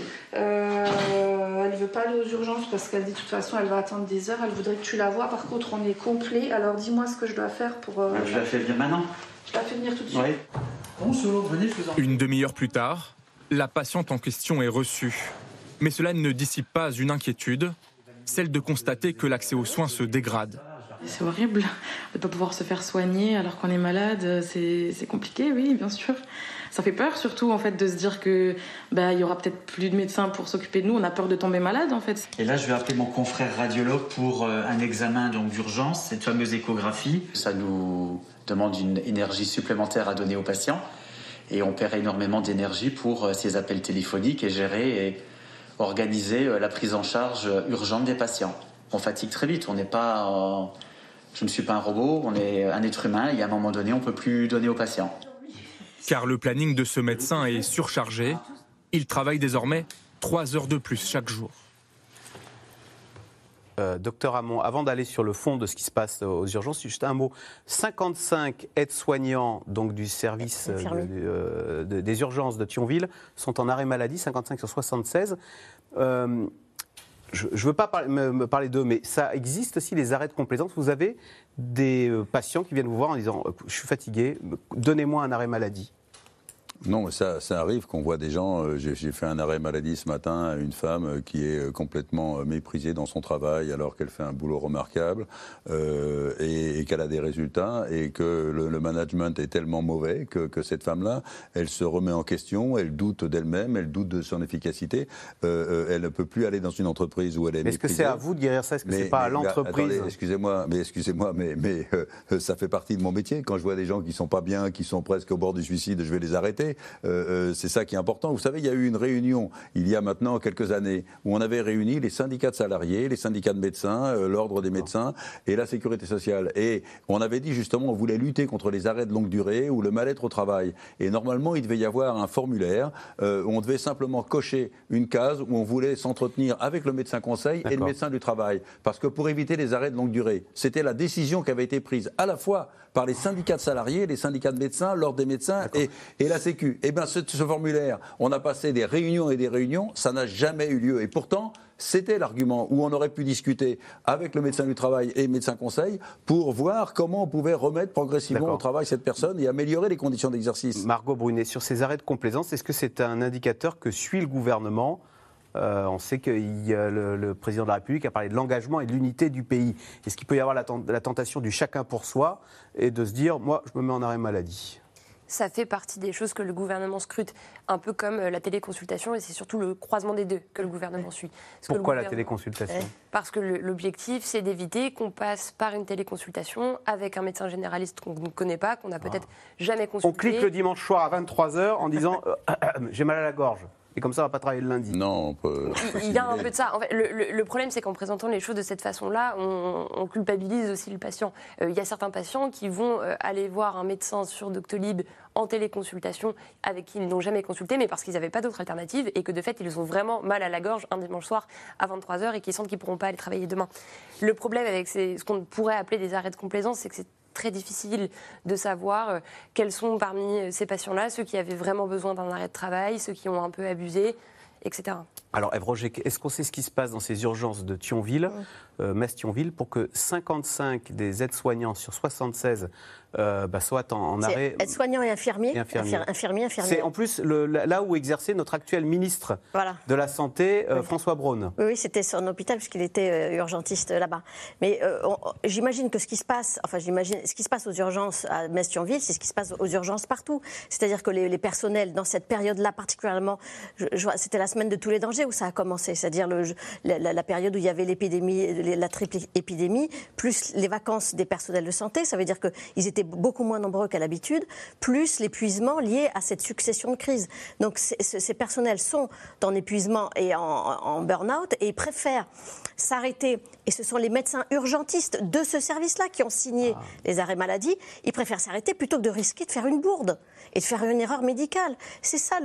Q: Elle ne veut pas aller aux urgences parce qu'elle dit de toute façon elle va attendre des heures, elle voudrait que tu la vois. Par contre, on est complet, alors dis-moi ce que je dois faire pour...
R: Je la fais venir maintenant.
Q: Je la fais venir tout de suite.
R: Oui. Bonjour, venez, je vous en...
M: Une demi-heure plus tard, la patiente en question est reçue. Mais cela ne dissipe pas une inquiétude, celle de constater que l'accès aux soins se dégrade.
S: C'est horrible de ne pas pouvoir se faire soigner alors qu'on est malade, c'est compliqué, oui, bien sûr. Ça fait peur surtout en fait de se dire que il y aura peut-être plus de médecins pour s'occuper de nous, on a peur de tomber malade en fait.
R: Et là je vais appeler mon confrère radiologue pour un examen d'urgence, cette fameuse échographie.
T: Ça nous demande une énergie supplémentaire à donner aux patients et on perd énormément d'énergie pour ces appels téléphoniques et gérer et organiser la prise en charge urgente des patients. On fatigue très vite, on n'est pas... Je ne suis pas un robot, on est un être humain et à un moment donné, on ne peut plus donner aux patients.
M: Car le planning de ce médecin est surchargé. Il travaille désormais 3 heures de plus chaque jour.
A: Docteur Hamon, avant d'aller sur le fond de ce qui se passe aux urgences, juste un mot. 55 aides-soignants donc du service des urgences de Thionville sont en arrêt maladie, 55 sur 76. Je ne veux pas me parler d'eux, mais ça existe aussi les arrêts de complaisance. Vous avez des patients qui viennent vous voir en disant « Je suis fatigué, donnez-moi un arrêt maladie ».
E: Non, ça arrive qu'on voit des gens. J'ai fait un arrêt maladie ce matin à une femme qui est complètement méprisée dans son travail alors qu'elle fait un boulot remarquable et qu'elle a des résultats et que le management est tellement mauvais que cette femme-là, elle se remet en question, elle doute d'elle-même, elle doute de son efficacité. Elle ne peut plus aller dans une entreprise où elle est méprisée.
A: Est-ce que c'est à vous de guérir ça? Est-ce que c'est pas à l'entreprise?
E: Attendez, excusez-moi, mais ça fait partie de mon métier. Quand je vois des gens qui sont pas bien, qui sont presque au bord du suicide, je vais les arrêter. C'est ça qui est important. Vous savez, il y a eu une réunion il y a maintenant quelques années où on avait réuni les syndicats de salariés, les syndicats de médecins, l'ordre des médecins et la sécurité sociale. Et on avait dit justement on voulait lutter contre les arrêts de longue durée ou le mal-être au travail. Et normalement, il devait y avoir un formulaire où on devait simplement cocher une case où on voulait s'entretenir avec le médecin conseil et le médecin du travail. Parce que pour éviter les arrêts de longue durée, c'était la décision qui avait été prise à la fois par les syndicats de salariés, les syndicats de médecins, l'ordre des médecins et la Sécu. Eh bien, ce formulaire, on a passé des réunions et des réunions, ça n'a jamais eu lieu. Et pourtant, c'était l'argument où on aurait pu discuter avec le médecin du travail et le médecin conseil pour voir comment on pouvait remettre progressivement au travail cette personne et améliorer les conditions d'exercice.
A: Margot Brunet, sur ces arrêts de complaisance, est-ce que c'est un indicateur que suit le gouvernement? On sait que le président de la République a parlé de l'engagement et de l'unité du pays. Est-ce qu'il peut y avoir la tentation du chacun pour soi et de se dire, moi, je me mets en arrêt maladie?
C: Ça fait partie des choses que le gouvernement scrute, un peu comme la téléconsultation, et c'est surtout le croisement des deux que le gouvernement suit.
A: Pourquoi la téléconsultation?
C: Parce que l'objectif, c'est d'éviter qu'on passe par une téléconsultation avec un médecin généraliste qu'on ne connaît pas, qu'on n'a peut-être jamais consulté.
A: On clique le dimanche soir à 23h en disant j'ai mal à la gorge. Et comme ça, on ne va pas travailler le lundi.
E: Non, on peut.
C: Il y a un peu de ça. En fait, le problème, c'est qu'en présentant les choses de cette façon-là, on culpabilise aussi le patient. Il y a certains patients qui vont aller voir un médecin sur Doctolib en téléconsultation avec qui ils n'ont jamais consulté, mais parce qu'ils n'avaient pas d'autre alternative et que de fait, ils ont vraiment mal à la gorge un dimanche soir à 23h et qu'ils sentent qu'ils ne pourront pas aller travailler demain. Le problème avec ce qu'on pourrait appeler des arrêts de complaisance, c'est que c'est très difficile de savoir quels sont parmi ces patients-là ceux qui avaient vraiment besoin d'un arrêt de travail, ceux qui ont un peu abusé, etc.
A: Alors, Ève Roger, est-ce qu'on sait ce qui se passe dans ces urgences de Thionville, Metz-Thionville, pour que 55 des aides-soignants sur 76 soient en arrêt?
B: Aides-soignants et infirmiers. Infirmiers.
A: C'est en plus là où exerçait notre actuel ministre de la Santé, François Braun.
B: Oui, c'était son hôpital puisqu'il était urgentiste là-bas. Mais j'imagine que ce qui se passe aux urgences à Metz-Thionville, c'est ce qui se passe aux urgences partout. C'est-à-dire que les personnels, dans cette période-là particulièrement, c'était la semaine de tous les dangers où ça a commencé. C'est-à-dire la période où il y avait l'épidémie, la triple épidémie, plus les vacances des personnels de santé. Ça veut dire qu'ils étaient beaucoup moins nombreux qu'à l'habitude, plus l'épuisement lié à cette succession de crises. Donc ces personnels sont en épuisement et en burn-out et ils préfèrent s'arrêter. Et ce sont les médecins urgentistes de ce service-là qui ont signé les arrêts maladie. Ils préfèrent s'arrêter plutôt que de risquer de faire une bourde et de faire une erreur médicale. C'est ça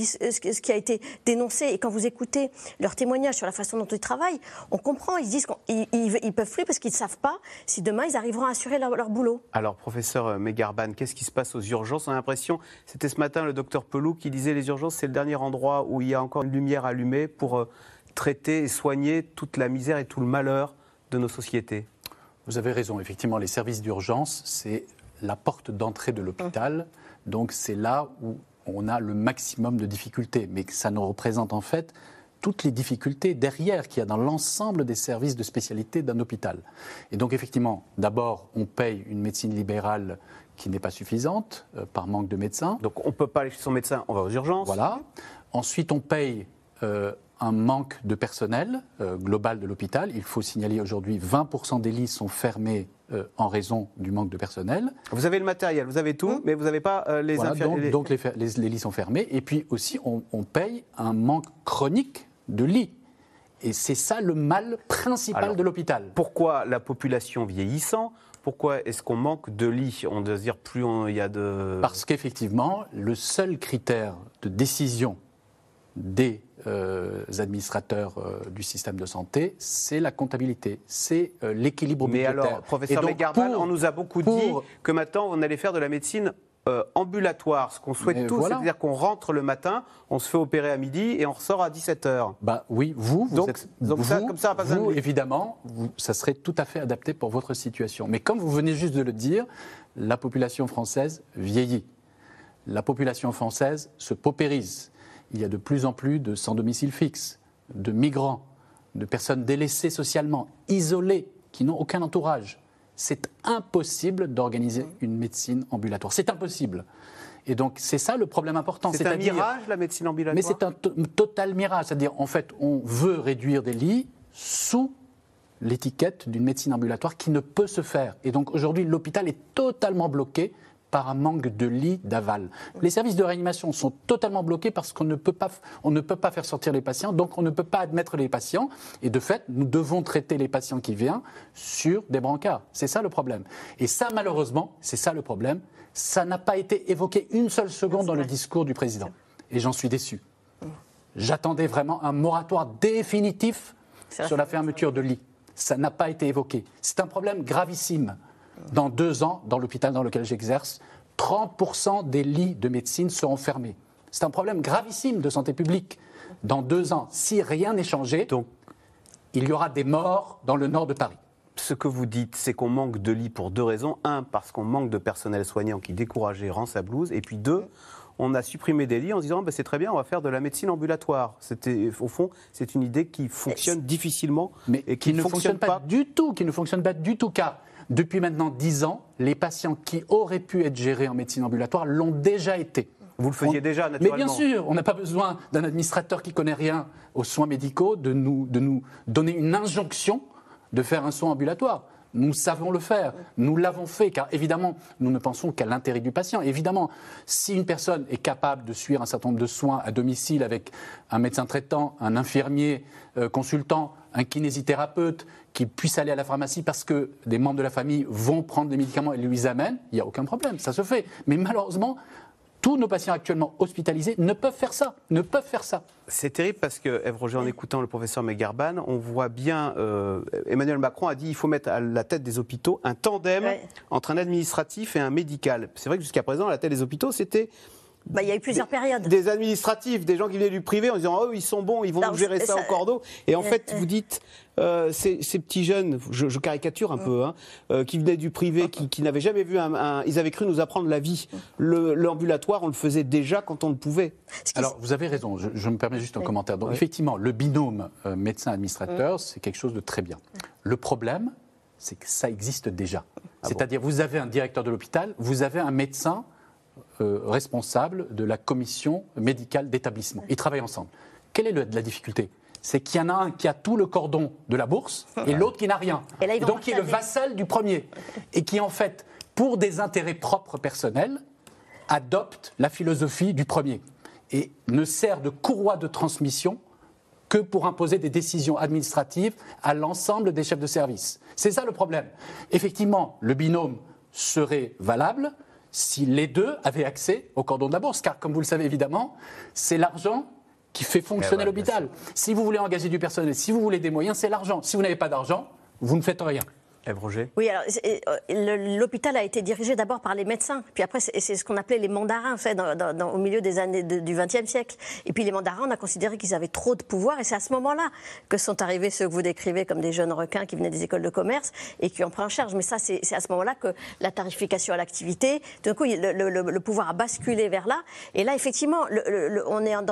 B: ce qui a été dénoncé. Et quand vous écoutez leurs témoignages sur la façon dont ils travaillent, on comprend. Ils disent qu'ils peuvent plus parce qu'ils ne savent pas si demain ils arriveront à assurer leur boulot.
A: Alors, professeur Megarban, qu'est-ce qui se passe aux urgences? On a l'impression, c'était ce matin le docteur Pelou qui disait les urgences, c'est le dernier endroit où il y a encore une lumière allumée pour traiter et soigner toute la misère et tout le malheur de nos sociétés.
D: Vous avez raison, effectivement, les services d'urgence, c'est la porte d'entrée de l'hôpital. Donc c'est là où on a le maximum de difficultés. Mais ça nous représente en fait toutes les difficultés derrière qu'il y a dans l'ensemble des services de spécialité d'un hôpital. Et donc effectivement, d'abord, on paye une médecine libérale qui n'est pas suffisante par manque de médecins.
A: Donc on ne peut pas aller chez son médecin, on va aux urgences.
D: Voilà. Ensuite, on paye un manque de personnel global de l'hôpital. Il faut signaler aujourd'hui 20% des lits sont fermés en raison du manque de personnel.
A: Vous avez le matériel, vous avez tout, mais vous n'avez pas les infirmiers.
D: Donc les lits sont fermés. Et puis aussi, on paye un manque chronique de lits. Et c'est ça le mal principal de l'hôpital.
A: Pourquoi la population vieillissant, pourquoi est-ce qu'on manque de lits? On doit se dire plus il y a de...
D: Parce qu'effectivement, le seul critère de décision des administrateurs du système de santé, c'est la comptabilité, c'est l'équilibre budgétaire.
A: Mais alors, professeur Megarban, on nous a beaucoup dit que maintenant, on allait faire de la médecine ambulatoire, ce qu'on souhaite tous, c'est-à-dire qu'on rentre le matin, on se fait opérer à midi et on ressort à 17h.
D: Bah oui, vous évidemment, ça serait tout à fait adapté pour votre situation. Mais comme vous venez juste de le dire, la population française vieillit. la population française se paupérise. Il y a de plus en plus de sans-domicile fixe, de migrants, de personnes délaissées socialement, isolées, qui n'ont aucun entourage. C'est impossible d'organiser une médecine ambulatoire. C'est impossible. Et donc, c'est ça le problème important.
A: C'est un mirage, la médecine ambulatoire ?
D: Mais c'est un total mirage. C'est-à-dire, en fait, on veut réduire des lits sous l'étiquette d'une médecine ambulatoire qui ne peut se faire. Et donc, aujourd'hui, l'hôpital est totalement bloqué par un manque de lits d'aval. Les services de réanimation sont totalement bloqués parce qu'on ne peut pas faire sortir les patients, donc on ne peut pas admettre les patients. Et de fait, nous devons traiter les patients qui viennent sur des brancards. C'est ça le problème. Et ça, malheureusement, c'est ça le problème. Ça n'a pas été évoqué une seule seconde dans le discours du président. Et j'en suis déçu. J'attendais vraiment un moratoire définitif sur la fermeture de lits. Ça n'a pas été évoqué. C'est un problème gravissime. Dans 2 ans, dans l'hôpital dans lequel j'exerce, 30% des lits de médecine seront fermés. C'est un problème gravissime de santé publique. Dans 2 ans, si rien n'est changé, il y aura des morts dans le nord de Paris.
A: Ce que vous dites, c'est qu'on manque de lits pour 2 raisons. 1, parce qu'on manque de personnel soignant qui, découragé, rend sa blouse. Et puis 2, on a supprimé des lits en se disant c'est très bien, on va faire de la médecine ambulatoire. Au fond, c'est une idée qui fonctionne difficilement et qui ne fonctionne pas
D: du tout, car depuis maintenant 10 ans, les patients qui auraient pu être gérés en médecine ambulatoire l'ont déjà été.
A: Vous le faisiez déjà, naturellement.
D: Mais bien sûr, on n'a pas besoin d'un administrateur qui ne connaît rien aux soins médicaux de nous donner une injonction de faire un soin ambulatoire. Nous savons le faire, nous l'avons fait, car évidemment, nous ne pensons qu'à l'intérêt du patient. Évidemment, si une personne est capable de suivre un certain nombre de soins à domicile avec un médecin traitant, un infirmier consultant, un kinésithérapeute, qui puisse aller à la pharmacie parce que des membres de la famille vont prendre des médicaments et lui amènent, il n'y a aucun problème, ça se fait. Mais malheureusement, tous nos patients actuellement hospitalisés ne peuvent faire ça,
A: C'est terrible parce que, Ève Roger, en écoutant le professeur Megarban, on voit bien, Emmanuel Macron a dit qu'il faut mettre à la tête des hôpitaux un tandem entre un administratif et un médical. C'est vrai que jusqu'à présent, à la tête des hôpitaux, c'était...
B: il y a eu plusieurs périodes.
A: Des administratifs, des gens qui venaient du privé en disant ils sont bons, ils vont nous gérer ça au cordeau. Et en fait, vous dites, ces petits jeunes, je caricature un peu, qui venaient du privé, qui n'avaient jamais vu ils avaient cru nous apprendre la vie. L'ambulatoire, on le faisait déjà quand on le pouvait.
D: Alors, vous avez raison, je me permets juste un commentaire. Donc, effectivement, le binôme médecin-administrateur, c'est quelque chose de très bien. Le problème, c'est que ça existe déjà. C'est-à-dire, vous avez un directeur de l'hôpital, vous avez un médecin responsable de la commission médicale d'établissement. Ils travaillent ensemble. Quelle est la difficulté ? C'est qu'il y en a un qui a tout le cordon de la bourse et l'autre qui n'a rien. Et donc qui est le vassal du premier. Et qui, en fait, pour des intérêts propres personnels, adopte la philosophie du premier. Et ne sert de courroie de transmission que pour imposer des décisions administratives à l'ensemble des chefs de service. C'est ça le problème. Effectivement, le binôme serait valable si les deux avaient accès au cordon de la bourse. Car, comme vous le savez évidemment, c'est l'argent qui fait fonctionner l'hôpital. Si vous voulez engager du personnel, si vous voulez des moyens, c'est l'argent. Si vous n'avez pas d'argent, vous ne faites rien.
A: Ève Roger.
B: Oui, alors l'hôpital a été dirigé d'abord par les médecins, puis après c'est ce qu'on appelait les mandarins, au milieu des années du XXe siècle. Et puis les mandarins, on a considéré qu'ils avaient trop de pouvoir, et c'est à ce moment-là que sont arrivés ceux que vous décrivez comme des jeunes requins qui venaient des écoles de commerce et qui ont pris en charge. Mais ça, c'est à ce moment-là que la tarification à l'activité, tout d'un coup, le pouvoir a basculé vers là. Et là, effectivement, on est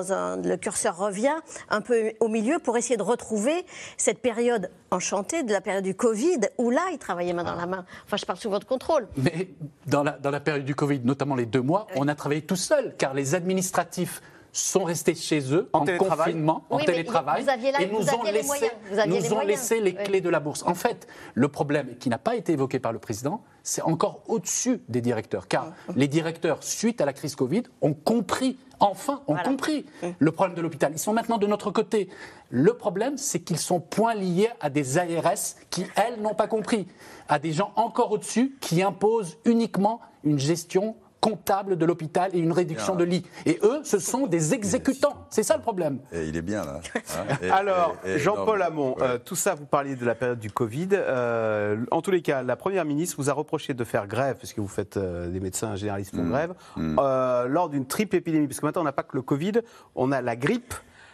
B: le curseur revient un peu au milieu pour essayer de retrouver cette période enchantée de la période du Covid, où là, ils travaillaient main dans la main. Enfin, je parle souvent de contrôle.
D: Mais dans la période du Covid, notamment les 2 mois, on a travaillé tout seul, car les administratifs sont restés chez eux, en confinement, en télétravail, et nous ont laissé les clés de la bourse. En fait, le problème qui n'a pas été évoqué par le président, c'est encore au-dessus des directeurs, car les directeurs, suite à la crise Covid, ont compris le problème de l'hôpital. Ils sont maintenant de notre côté. Le problème, c'est qu'ils sont point liés à des ARS qui, elles, n'ont pas compris, à des gens encore au-dessus qui imposent uniquement une gestion comptable de l'hôpital et une réduction de lits. Et eux, ce sont des exécutants. C'est ça le problème.
E: Et il est bien là.
A: Alors, Jean-Paul Hamon, tout ça, vous parliez de la période du Covid. En tous les cas, la Première ministre vous a reproché de faire grève, puisque vous faites des médecins généralistes font grève, lors d'une triple épidémie. Parce que maintenant, on n'a pas que le Covid, on a la grippe,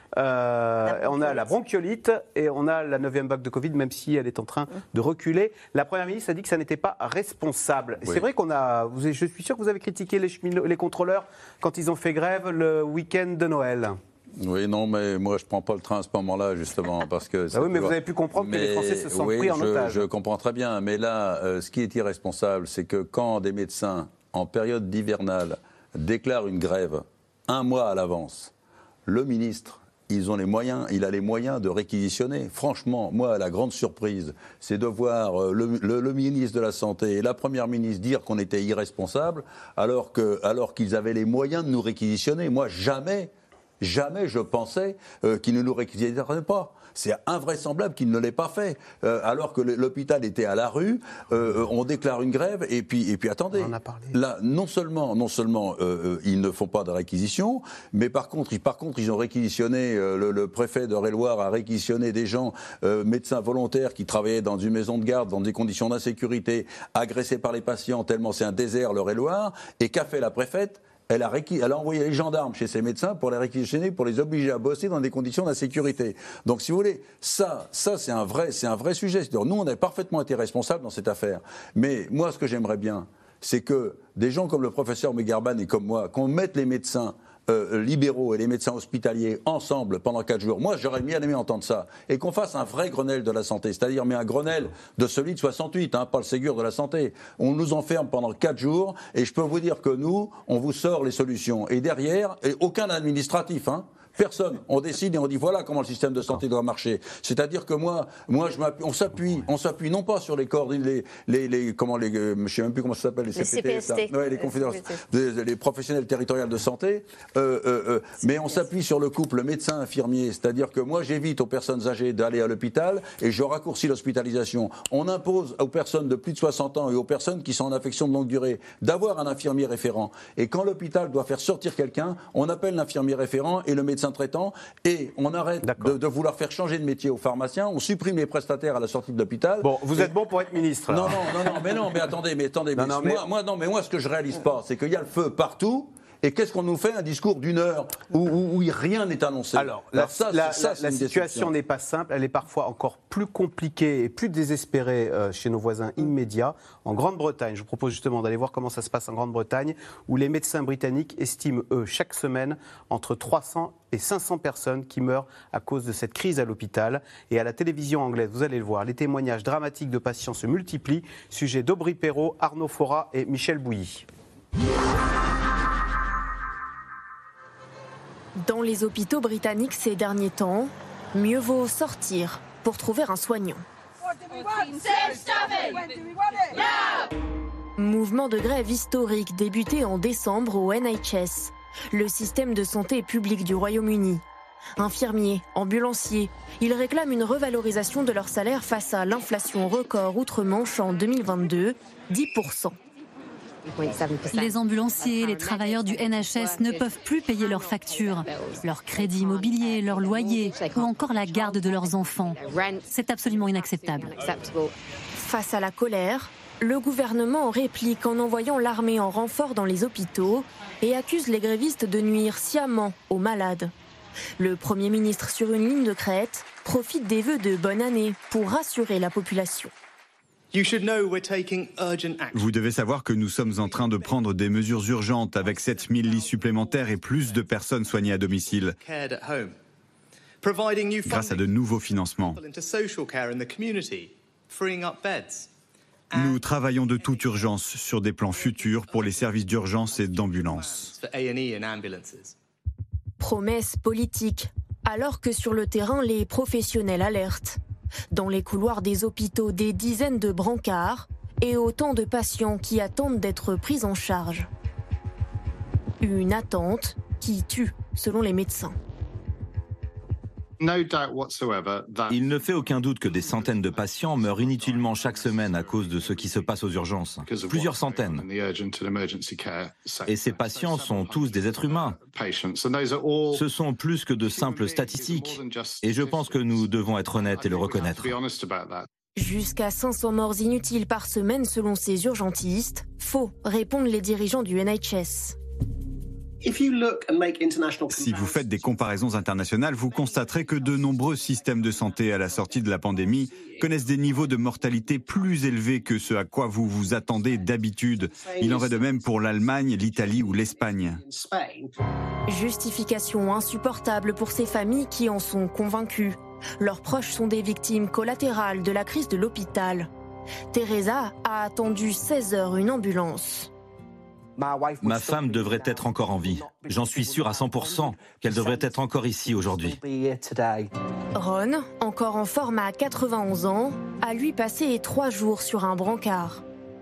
A: on a la bronchiolite et on a la 9e vague de Covid, même si elle est en train de reculer. La Première ministre a dit que ça n'était pas responsable. Oui. C'est vrai je suis sûr que vous avez critiqué les contrôleurs quand ils ont fait grève le week-end de Noël.
E: Oui, non, mais moi, je ne prends pas le train à ce moment-là, justement, parce que...
A: oui, mais vous avez pu comprendre que les Français se sont pris en otage.
E: Je comprends très bien, mais là, ce qui est irresponsable, c'est que quand des médecins, en période d'hivernale, déclarent une grève 1 mois à l'avance, le ministre... il a les moyens de réquisitionner. Franchement, moi, la grande surprise, c'est de voir le ministre de la Santé et la Première ministre dire qu'on était irresponsable, alors qu'ils avaient les moyens de nous réquisitionner. Moi, jamais je pensais qu'ils ne nous réquisitionneraient pas. C'est invraisemblable qu'ils ne l'aient pas fait. Alors que l'hôpital était à la rue, on déclare une grève et puis attendez. On en a parlé. Là, non seulement ils ne font pas de réquisition, mais par contre ils ont réquisitionné, le préfet d'Eure-et-Loire a réquisitionné des gens, médecins volontaires qui travaillaient dans une maison de garde, dans des conditions d'insécurité, agressés par les patients, tellement c'est un désert l'Eure-et-Loire. Et qu'a fait la préfète ? Elle a envoyé les gendarmes chez ces médecins pour les réquisitionner, pour les obliger à bosser dans des conditions d'insécurité. Donc, si vous voulez, ça c'est un vrai sujet. C'est-à-dire, nous, on a parfaitement été responsables dans cette affaire. Mais moi, ce que j'aimerais bien, c'est que des gens comme le professeur Megarban et comme moi, qu'on mette les médecins libéraux et les médecins hospitaliers ensemble pendant 4 jours. Moi, j'aurais bien aimé entendre ça. Et qu'on fasse un vrai Grenelle de la santé, c'est-à-dire un Grenelle de celui de 68, pas le Ségur de la santé. On nous enferme pendant 4 jours et je peux vous dire que nous, on vous sort les solutions. Et derrière, aucun administratif, personne. On décide et on dit voilà comment le système de santé doit marcher. C'est-à-dire que on s'appuie non pas sur les coordinateurs, je sais même plus comment ça s'appelle, les CPTS, les professionnels territoriaux de santé, mais on s'appuie sur le couple médecin-infirmier. C'est-à-dire que moi j'évite aux personnes âgées d'aller à l'hôpital et je raccourcis l'hospitalisation. On impose aux personnes de plus de 60 ans et aux personnes qui sont en affection de longue durée d'avoir un infirmier référent. Et quand l'hôpital doit faire sortir quelqu'un, on appelle l'infirmier référent et le médecin traitant et on arrête de vouloir faire changer de métier aux pharmaciens, on supprime les prestataires à la sortie de l'hôpital.
A: Bon, vous êtes bon pour être ministre.
E: Non, mais attendez. Moi, ce que je réalise pas, c'est qu'il y a le feu partout. Et qu'est-ce qu'on nous fait? Un discours d'1 heure où rien n'est annoncé.
A: Alors la situation n'est pas simple, elle est parfois encore plus compliquée et plus désespérée chez nos voisins immédiats. En Grande-Bretagne, je vous propose justement d'aller voir comment ça se passe en Grande-Bretagne, où les médecins britanniques estiment, eux, chaque semaine, entre 300 et 500 personnes qui meurent à cause de cette crise à l'hôpital. Et à la télévision anglaise, vous allez le voir, les témoignages dramatiques de patients se multiplient. Sujet d'Aubry Perrault, Arnaud Fora et Michel Bouilly.
U: Dans les hôpitaux britanniques ces derniers temps, mieux vaut sortir pour trouver un soignant. Mouvement de grève historique débuté en décembre au NHS, le système de santé public du Royaume-Uni. Infirmiers, ambulanciers, ils réclament une revalorisation de leur salaire face à l'inflation record outre-Manche en 2022, 10%.
V: Les ambulanciers, les travailleurs du NHS ne peuvent plus payer leurs factures, leur crédit immobilier, leur loyer ou encore la garde de leurs enfants. C'est absolument inacceptable.
U: Face à la colère, le gouvernement réplique en envoyant l'armée en renfort dans les hôpitaux et accuse les grévistes de nuire sciemment aux malades. Le Premier ministre, sur une ligne de crête, profite des vœux de bonne année pour rassurer la population.
W: Vous devez savoir que nous sommes en train de prendre des mesures urgentes avec 7000 lits supplémentaires et plus de personnes soignées à domicile, grâce à de nouveaux financements. Nous travaillons de toute urgence sur des plans futurs pour les services d'urgence et d'ambulance.
U: Promesse politique, alors que sur le terrain, les professionnels alertent. Dans les couloirs des hôpitaux, des dizaines de brancards et autant de patients qui attendent d'être pris en charge. Une attente qui tue, selon les médecins.
X: Il ne fait aucun doute que des centaines de patients meurent inutilement chaque semaine à cause de ce qui se passe aux urgences. Plusieurs centaines. Et ces patients sont tous des êtres humains. Ce sont plus que de simples statistiques. Et je pense que nous devons être honnêtes et le reconnaître.
U: Jusqu'à 500 morts inutiles par semaine selon ces urgentistes. Faux, répondent les dirigeants du NHS.
W: Si vous faites des comparaisons internationales, vous constaterez que de nombreux systèmes de santé à la sortie de la pandémie connaissent des niveaux de mortalité plus élevés que ce à quoi vous vous attendez d'habitude. Il en va de même pour l'Allemagne, l'Italie ou l'Espagne.
U: Justification insupportable pour ces familles qui en sont convaincues. Leurs proches sont des victimes collatérales de la crise de l'hôpital. Teresa a attendu 16 heures une ambulance.
X: Ma femme devrait être encore en vie. J'en suis sûr à 100% qu'elle devrait être encore ici aujourd'hui.
U: Ron, encore en forme à 91 ans, a lui passé 3 jours sur un brancard.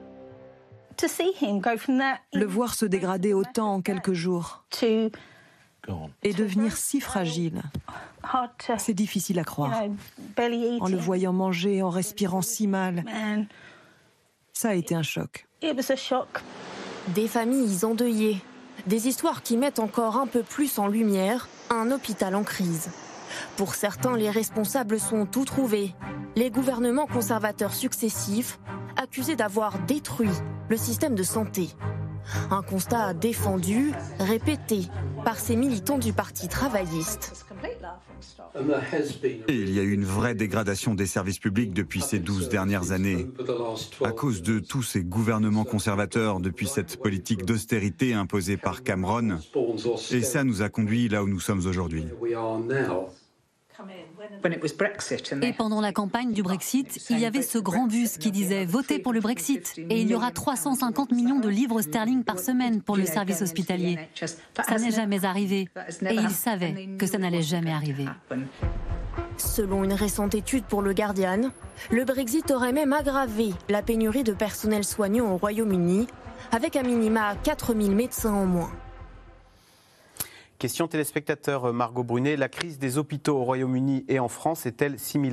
G: Le voir se dégrader autant en quelques jours et devenir si fragile, c'est difficile à croire. En le voyant manger, en respirant si mal, ça a été un choc.
U: Des familles endeuillées, des histoires qui mettent encore un peu plus en lumière un hôpital en crise. Pour certains, les responsables sont tout trouvés. Les gouvernements conservateurs successifs, accusés d'avoir détruit le système de santé. Un constat défendu, répété par ces militants du Parti travailliste.
W: Et il y a eu une vraie dégradation des services publics depuis ces 12 dernières années. À cause de tous ces gouvernements conservateurs, depuis cette politique d'austérité imposée par Cameron. Et ça nous a conduits là où nous sommes aujourd'hui.
V: Et pendant la campagne du Brexit, il y avait ce grand bus qui disait « Votez pour le Brexit » et il y aura 350 millions de livres sterling par semaine pour le service hospitalier. Ça n'est jamais arrivé et ils savaient que ça n'allait jamais arriver.
U: Selon une récente étude pour le Guardian, le Brexit aurait même aggravé la pénurie de personnel soignant au Royaume-Uni, avec un minima 4000 médecins en moins.
A: Question téléspectateur Margot Brunet, la crise des hôpitaux au Royaume-Uni et en France est-elle similaire ?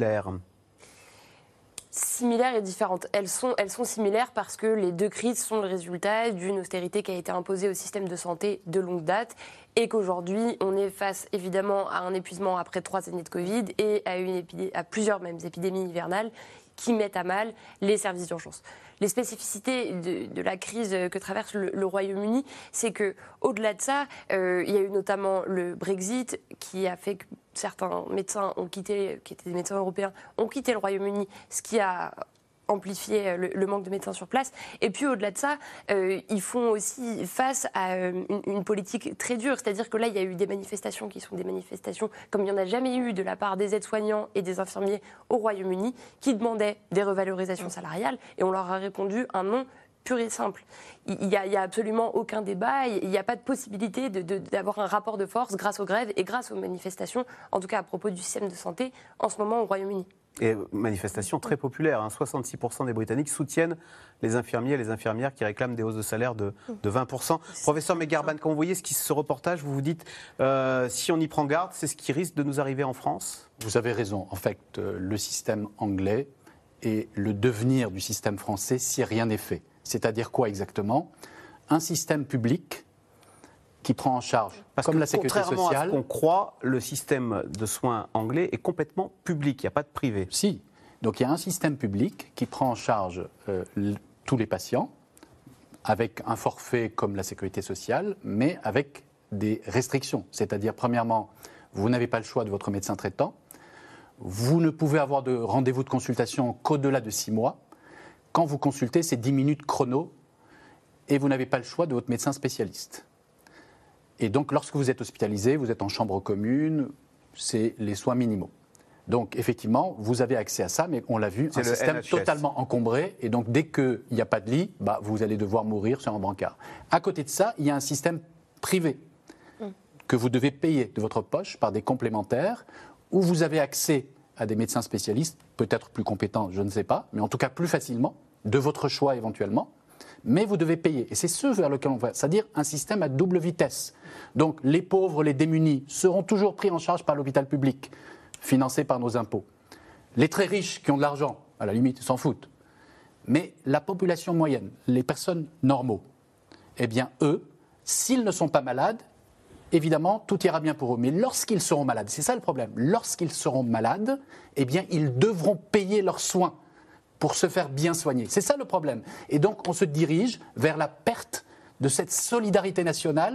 C: Similaires et différentes. Elles sont similaires parce que les deux crises sont le résultat d'une austérité qui a été imposée au système de santé de longue date et qu'aujourd'hui on est face évidemment à un épuisement après 3 années de Covid et à plusieurs mêmes épidémies hivernales qui mettent à mal les services d'urgence. Les spécificités de la crise que traverse le Royaume-Uni, c'est qu'au-delà de ça, il y a eu notamment le Brexit qui a fait que certains médecins qui étaient des médecins européens, ont quitté le Royaume-Uni, ce qui a amplifier le manque de médecins sur place. Et puis au-delà de ça, ils font aussi face à une politique très dure. C'est-à-dire que là, il y a eu des manifestations qui sont des manifestations comme il n'y en a jamais eu de la part des aides-soignants et des infirmiers au Royaume-Uni qui demandaient des revalorisations salariales et on leur a répondu un non pur et simple. Il n'y a absolument aucun débat, il n'y a pas de possibilité d'avoir un rapport de force grâce aux grèves et grâce aux manifestations, en tout cas à propos du système de santé en ce moment au Royaume-Uni.
A: Et manifestation très populaire, 66% des Britanniques soutiennent les infirmiers et les infirmières qui réclament des hausses de salaire de 20%. Professeur Megarban, quand vous voyez ce reportage, vous vous dites, si on y prend garde, c'est ce qui risque de nous arriver en France ?
D: Vous avez raison. En fait, le système anglais est le devenir du système français si rien n'est fait. C'est-à-dire quoi exactement ? Un système public qui prend en charge, comme la sécurité sociale.
A: Contrairement à ce qu'on croit, le système de soins anglais est complètement public, il n'y a pas de privé.
D: Si. Donc il y a un système public qui prend en charge tous les patients, avec un forfait comme la sécurité sociale, mais avec des restrictions. C'est-à-dire, premièrement, vous n'avez pas le choix de votre médecin traitant, vous ne pouvez avoir de rendez-vous de consultation qu'au-delà de 6 mois. Quand vous consultez, c'est 10 minutes chrono, et vous n'avez pas le choix de votre médecin spécialiste. Et donc, lorsque vous êtes hospitalisé, vous êtes en chambre commune, c'est les soins minimaux. Donc, effectivement, vous avez accès à ça, mais on l'a vu, c'est un système NHS. Totalement encombré. Et donc, dès qu'il n'y a pas de lit, vous allez devoir mourir sur un brancard. À côté de ça, il y a un système privé que vous devez payer de votre poche par des complémentaires, où vous avez accès à des médecins spécialistes, peut-être plus compétents, je ne sais pas, mais en tout cas plus facilement, de votre choix éventuellement. Mais vous devez payer. Et c'est ce vers lequel on va, c'est-à-dire un système à double vitesse. Donc les pauvres, les démunis seront toujours pris en charge par l'hôpital public, financé par nos impôts. Les très riches qui ont de l'argent, à la limite, s'en foutent. Mais la population moyenne, les personnes normaux, eh bien eux, s'ils ne sont pas malades, évidemment, tout ira bien pour eux. Mais lorsqu'ils seront malades, c'est ça le problème, lorsqu'ils seront malades, eh bien ils devront payer leurs soins pour se faire bien soigner. C'est ça le problème. Et donc, on se dirige vers la perte de cette solidarité nationale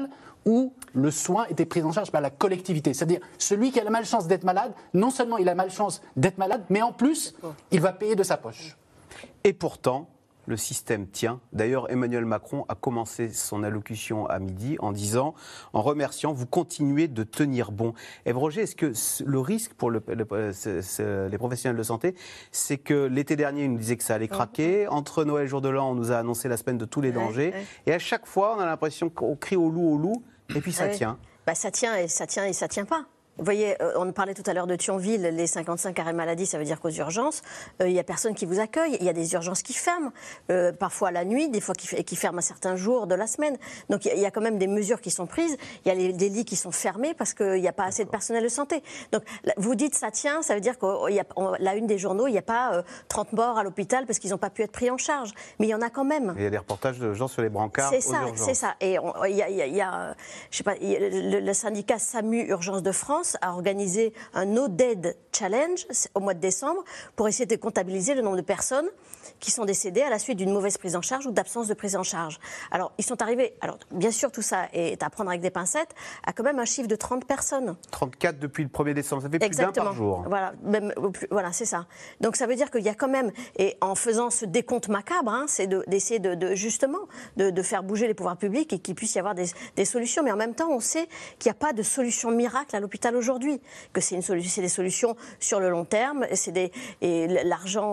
D: où le soin était pris en charge par la collectivité. C'est-à-dire, celui qui a la malchance d'être malade, non seulement il a la malchance d'être malade, mais en plus, il va payer de sa poche.
A: Et pourtant, le système tient. D'ailleurs, Emmanuel Macron a commencé son allocution à midi en disant, en remerciant, vous continuez de tenir bon. Ève Roger, est-ce que le risque pour les professionnels de santé, c'est que l'été dernier, ils nous disaient que ça allait craquer. Entre Noël et Jour de l'An, on nous a annoncé la semaine de tous les dangers. Et à chaque fois, on a l'impression qu'on crie au loup, et puis ça tient.
B: Ça tient et ça tient pas. Vous voyez, on parlait tout à l'heure de Thionville, les 55 arrêts maladie, ça veut dire qu'aux urgences, il n'y a personne qui vous accueille. Il y a des urgences qui ferment, parfois la nuit, des fois qui ferment à certains jours de la semaine. Donc il y a quand même des mesures qui sont prises. Il y a des lits qui sont fermés parce qu'il n'y a pas assez de personnel de santé. Donc vous dites ça tient, ça veut dire que la une des journaux, il n'y a pas 30 morts à l'hôpital parce qu'ils n'ont pas pu être pris en charge. Mais il y en a quand même.
A: Il y a des reportages de gens sur les brancards aux urgences.
B: C'est ça. Et il y a je sais pas, le syndicat SAMU Urgences de France a organisé un No Dead Challenge au mois de décembre pour essayer de comptabiliser le nombre de personnes qui sont décédées à la suite d'une mauvaise prise en charge ou d'absence de prise en charge. Alors, ils sont arrivés, alors bien sûr tout ça est à prendre avec des pincettes, à quand même un chiffre de 30 personnes.
A: 34 depuis le 1er décembre, ça fait plus d'un par jour.
B: Voilà, c'est ça. Donc ça veut dire qu'il y a quand même, et en faisant ce décompte macabre, c'est d'essayer justement de faire bouger les pouvoirs publics et qu'il puisse y avoir des solutions. Mais en même temps, on sait qu'il n'y a pas de solution miracle à l'hôpital aujourd'hui, que c'est des solutions sur le long terme, et l'argent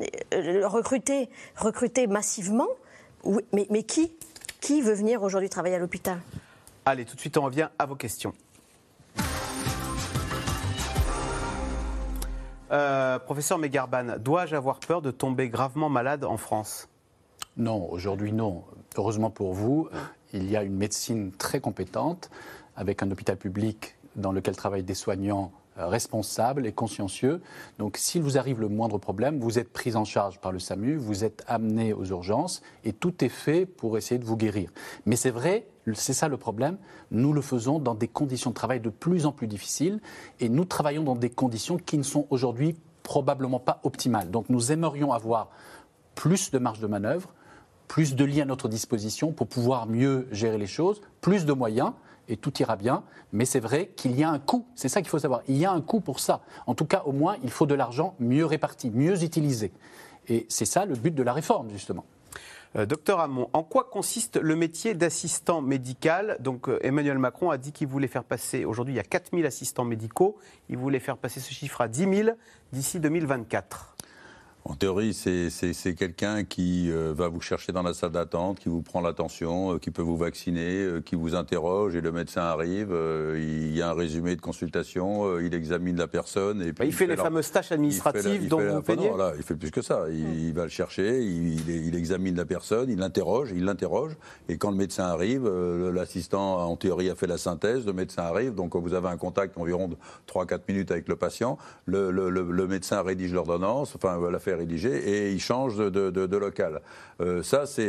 B: recruter massivement, oui, mais qui veut venir aujourd'hui travailler à l'hôpital?
A: Allez, tout de suite on revient à vos questions. Professeur Megarban, dois-je avoir peur de tomber gravement malade en France?
D: Non, aujourd'hui non. Heureusement pour vous, il y a une médecine très compétente, avec un hôpital public dans lequel travaillent des soignants responsables et consciencieux. Donc s'il vous arrive le moindre problème, vous êtes pris en charge par le SAMU, vous êtes amené aux urgences et tout est fait pour essayer de vous guérir. Mais c'est vrai, c'est ça le problème, nous le faisons dans des conditions de travail de plus en plus difficiles et nous travaillons dans des conditions qui ne sont aujourd'hui probablement pas optimales. Donc nous aimerions avoir plus de marge de manœuvre, plus de liens à notre disposition pour pouvoir mieux gérer les choses, plus de moyens, et tout ira bien, mais c'est vrai qu'il y a un coût, c'est ça qu'il faut savoir, il y a un coût pour ça. En tout cas, au moins, il faut de l'argent mieux réparti, mieux utilisé. Et c'est ça le but de la réforme, justement.
A: Docteur Hamon, en quoi consiste le métier d'assistant médical? Donc Emmanuel Macron a dit qu'il voulait faire passer, aujourd'hui il y a 4000 assistants médicaux, il voulait faire passer ce chiffre à 10 000 d'ici 2024.
E: En théorie, c'est quelqu'un qui va vous chercher dans la salle d'attente, qui vous prend l'attention, qui peut vous vacciner, qui vous interroge et le médecin arrive, il y a un résumé de consultation, il examine la personne. Et puis
A: il fait les fameuses tâches administratives dont vous peignez.
E: Non, là, il fait plus que ça. Il va le chercher, il examine la personne, il l'interroge, et quand le médecin arrive, l'assistant en théorie a fait la synthèse, le médecin arrive, donc vous avez un contact environ de 3-4 minutes avec le patient, le médecin rédige l'ordonnance, enfin la fait rédigé et il change de local. Ça, c'est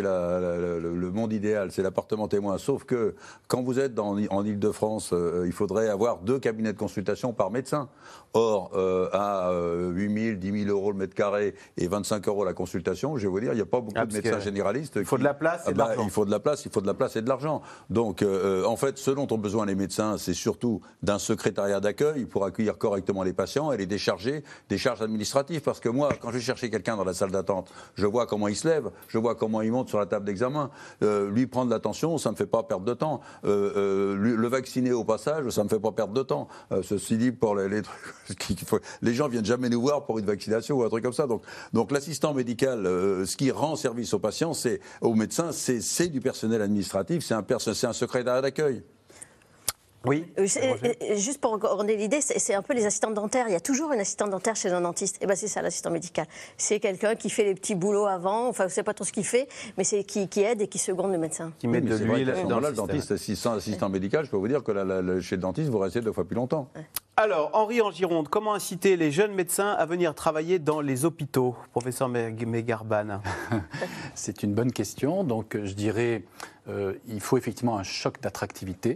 E: le monde idéal, c'est l'appartement témoin. Sauf que quand vous êtes en Ile-de-France, il faudrait avoir 2 cabinets de consultation par médecin. Or, à 8 000, 10 000 euros le mètre carré et 25 euros la consultation, je vais vous dire, il n'y a pas beaucoup de médecins généralistes.
A: Il faut de la place et de l'argent.
E: Il faut de la place et de l'argent. Donc, en fait, ce dont ont besoin les médecins, c'est surtout d'un secrétariat d'accueil pour accueillir correctement les patients et les décharger des charges administratives. Parce que moi, quand je vais chercher quelqu'un dans la salle d'attente, je vois comment il se lève, je vois comment il monte sur la table d'examen. Lui prendre l'attention, ça ne me fait pas perdre de temps. Le vacciner au passage, ça ne me fait pas perdre de temps. Ceci dit, pour les trucs, les gens viennent jamais nous voir pour une vaccination ou un truc comme ça. Donc l'assistant médical, ce qui rend service aux patients, aux médecins, c'est du personnel administratif, c'est un secrétaire d'accueil.
A: Oui.
B: Juste pour orner l'idée, c'est un peu les assistants dentaires. Il y a toujours une assistante dentaire chez un dentiste. Et ben c'est ça l'assistant médical. C'est quelqu'un qui fait les petits boulots avant. Enfin, je ne sais pas trop ce qu'il fait, mais c'est qui aide et qui seconde le médecin.
A: Qui met de l'huile dans le
E: dentiste. Sans assistant médical, je peux vous dire que chez le dentiste, vous restez 2 fois plus longtemps.
B: Ouais.
A: Alors, Henri en Gironde, comment inciter les jeunes médecins à venir travailler dans les hôpitaux, professeur Megarban?
D: C'est une bonne question. Donc, je dirais, il faut effectivement un choc d'attractivité.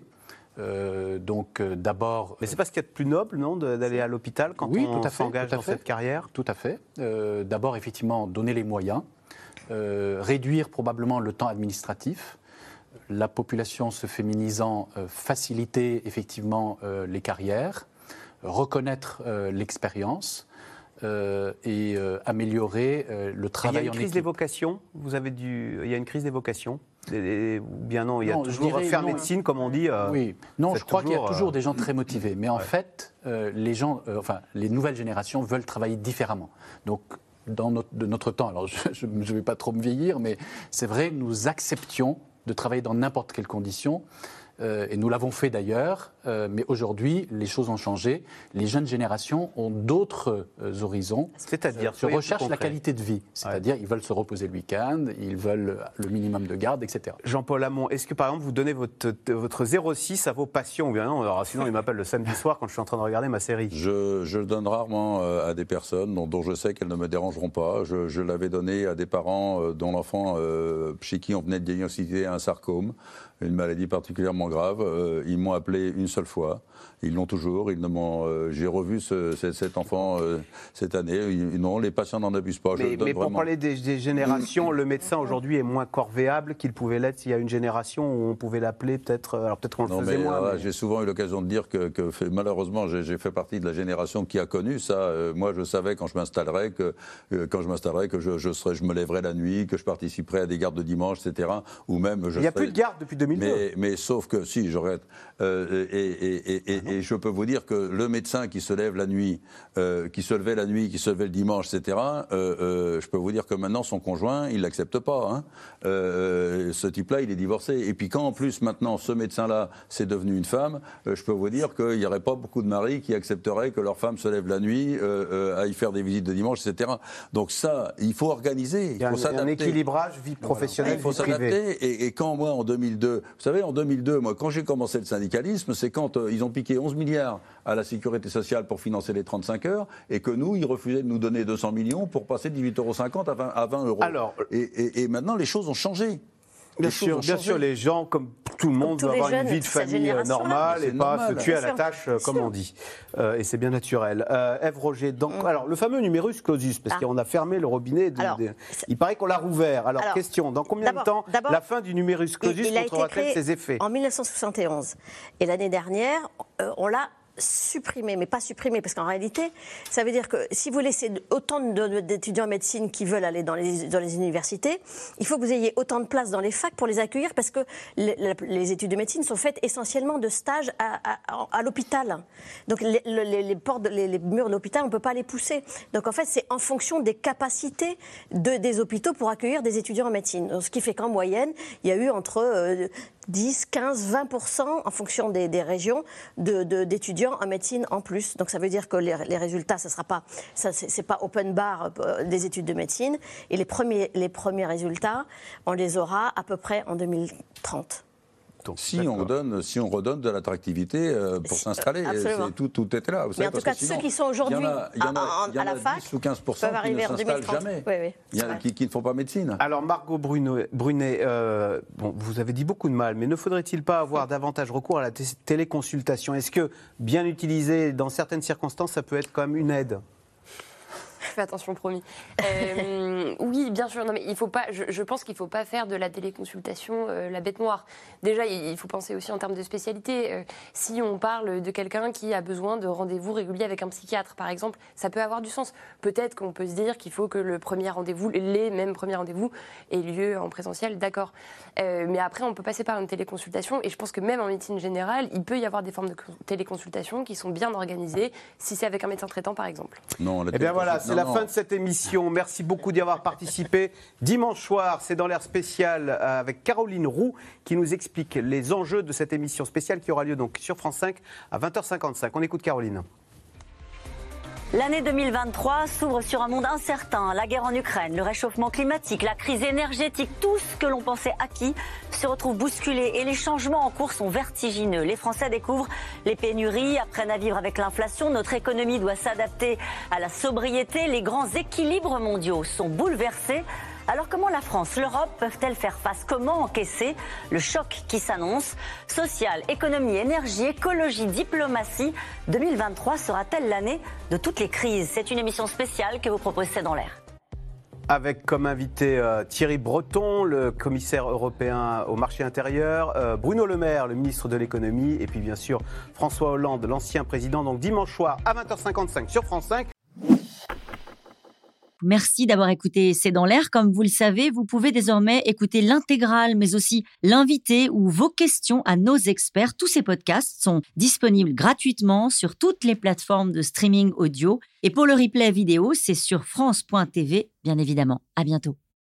D: D'abord...
A: Mais c'est pas ce qu'il y a de plus noble, non, d'aller à l'hôpital quand on s'engage dans cette carrière?
D: Tout à fait. D'abord, effectivement, donner les moyens, réduire probablement le temps administratif. la population se féminisant, faciliter effectivement les carrières, reconnaître l'expérience et améliorer le travail en équipe. Il y a une
A: crise des vocations. Il y a une crise des vocations. Ou bien non, il y a toujours faire médecine, comme on dit.
D: Oui, non, je crois qu'il y a toujours des gens très motivés. Mais en fait, les nouvelles générations veulent travailler différemment. Donc, de notre temps, alors je ne vais pas trop me vieillir, mais c'est vrai, nous acceptions de travailler dans n'importe quelles conditions. Et nous l'avons fait d'ailleurs, mais aujourd'hui, les choses ont changé. Les jeunes générations ont d'autres horizons.
A: C'est-à-dire
D: se recherchent la qualité de vie. C'est-à-dire, ils veulent se reposer le week-end, ils veulent le minimum de garde, etc.
A: Jean-Paul Hamon, est-ce que par exemple, vous donnez votre 06 à vos patients ou bien non? Alors, sinon, ils m'appellent le samedi soir quand je suis en train de regarder ma série.
E: Je le donne rarement à des personnes dont je sais qu'elles ne me dérangeront pas. Je l'avais donné à des parents dont l'enfant, chez qui on venait de diagnostiquer un sarcome, une maladie particulièrement grave. Ils m'ont appelé une seule fois. Ils l'ont toujours. J'ai revu cet enfant cette année. Non, les patients n'en abusent pas.
A: Mais pour parler des générations, le médecin aujourd'hui est moins corvéable qu'il pouvait l'être il y a une génération où on pouvait l'appeler peut-être. Alors peut-être qu'on le faisait moins. Mais...
E: J'ai souvent eu l'occasion de dire que malheureusement, j'ai fait partie de la génération qui a connu ça. Moi, je savais quand je m'installerais que je me lèverais la nuit, que je participerais à des gardes de dimanche, etc. Ou même
A: il n'y a plus de garde depuis 2002.
E: Mais sauf que si, j'arrête. Et je peux vous dire que le médecin qui se lève la nuit, qui se levait la nuit, qui se levait le dimanche, etc., je peux vous dire que maintenant, son conjoint, il ne l'accepte pas. Hein. Ce type-là, il est divorcé. Et puis quand, en plus, maintenant, ce médecin-là, c'est devenu une femme, je peux vous dire qu'il n'y aurait pas beaucoup de maris qui accepteraient que leur femme se lève la nuit, aille faire des visites de dimanche, etc. Donc ça, il faut organiser.
A: Il faut s'adapter. Un équilibrage vie professionnelle,
E: il faut s'adapter. Et quand moi, en 2002, vous savez, en 2002, moi, quand j'ai commencé le syndicalisme, c'est quand ils ont piqué 11 milliards à la sécurité sociale pour financer les 35 heures et que nous, ils refusaient de nous donner 200 millions pour passer de 18,50 € à 20 €.
A: Alors,
E: et maintenant, les choses ont changé.
A: Bien sûr, les gens, comme tout le monde, doivent avoir une vie de famille normale et pas se tuer à la tâche, comme on dit. Et c'est bien naturel. Ève Roger, alors le fameux numerus clausus, parce qu'on a fermé le robinet, il paraît qu'on l'a rouvert. Alors, question, dans combien de temps la fin du numerus clausus montrera-t-elle ses effets?
B: En 1971. Et l'année dernière, on l'a supprimé, mais pas supprimé, parce qu'en réalité, ça veut dire que si vous laissez autant d'étudiants en médecine qui veulent aller dans les universités, il faut que vous ayez autant de places dans les facs pour les accueillir, parce que les études de médecine sont faites essentiellement de stages à l'hôpital. Donc les murs de l'hôpital, on ne peut pas les pousser. Donc en fait, c'est en fonction des capacités des hôpitaux pour accueillir des étudiants en médecine. Donc, ce qui fait qu'en moyenne, il y a eu entre 10, 15, 20% en fonction des régions d'étudiants en médecine en plus. Donc ça veut dire que les résultats, c'est pas open bar des études de médecine. Et les premiers résultats, on les aura à peu près en 2030.
E: Si on redonne de l'attractivité pour s'installer, tout était là. Vous savez,
B: mais en tout cas, ceux qui sont aujourd'hui à la fac
E: 10 ou 15%
B: peuvent arriver en 2030.
E: Jamais.
B: Oui,
E: il y en a qui ne font pas médecine.
A: Alors Margot Brunet, vous avez dit beaucoup de mal, mais ne faudrait-il pas avoir davantage recours à la téléconsultation? Est-ce que, bien utilisé dans certaines circonstances, ça peut être quand même une aide?
C: Fais attention, promis. Oui, bien sûr. Non, mais il faut pas. Je pense qu'il ne faut pas faire de la téléconsultation la bête noire. Déjà, il faut penser aussi en termes de spécialité. Si on parle de quelqu'un qui a besoin de rendez-vous réguliers avec un psychiatre, par exemple, ça peut avoir du sens. Peut-être qu'on peut se dire qu'il faut que le premier rendez-vous, les mêmes premiers rendez-vous, aient lieu en présentiel. D'accord. Mais après, on peut passer par une téléconsultation. Et je pense que même en médecine générale, il peut y avoir des formes de téléconsultation qui sont bien organisées, si c'est avec un médecin traitant, par exemple.
E: Non.
A: Eh bien voilà, c'est la fin de cette émission. Merci beaucoup d'y avoir participé. Dimanche soir, c'est dans l'air spécial avec Caroline Roux qui nous explique les enjeux de cette émission spéciale qui aura lieu donc sur France 5 à 20h55. On écoute Caroline.
H: L'année 2023 s'ouvre sur un monde incertain. La guerre en Ukraine, le réchauffement climatique, la crise énergétique, tout ce que l'on pensait acquis se retrouve bousculé et les changements en cours sont vertigineux. Les Français découvrent les pénuries, apprennent à vivre avec l'inflation. Notre économie doit s'adapter à la sobriété. Les grands équilibres mondiaux sont bouleversés. Alors comment la France, l'Europe peuvent-elles faire face? Comment encaisser le choc qui s'annonce? Social, économie, énergie, écologie, diplomatie. 2023 sera-t-elle l'année de toutes les crises? C'est une émission spéciale que vous propose C'est dans l'air.
A: Avec comme invité Thierry Breton, le commissaire européen au marché intérieur, Bruno Le Maire, le ministre de l'économie, et puis bien sûr François Hollande, l'ancien président. Donc dimanche soir à 20h55 sur France 5.
I: Merci d'avoir écouté C'est dans l'air. Comme vous le savez, vous pouvez désormais écouter l'intégrale, mais aussi l'invité ou vos questions à nos experts. Tous ces podcasts sont disponibles gratuitement sur toutes les plateformes de streaming audio. Et pour le replay vidéo, c'est sur France.tv, bien évidemment. À bientôt.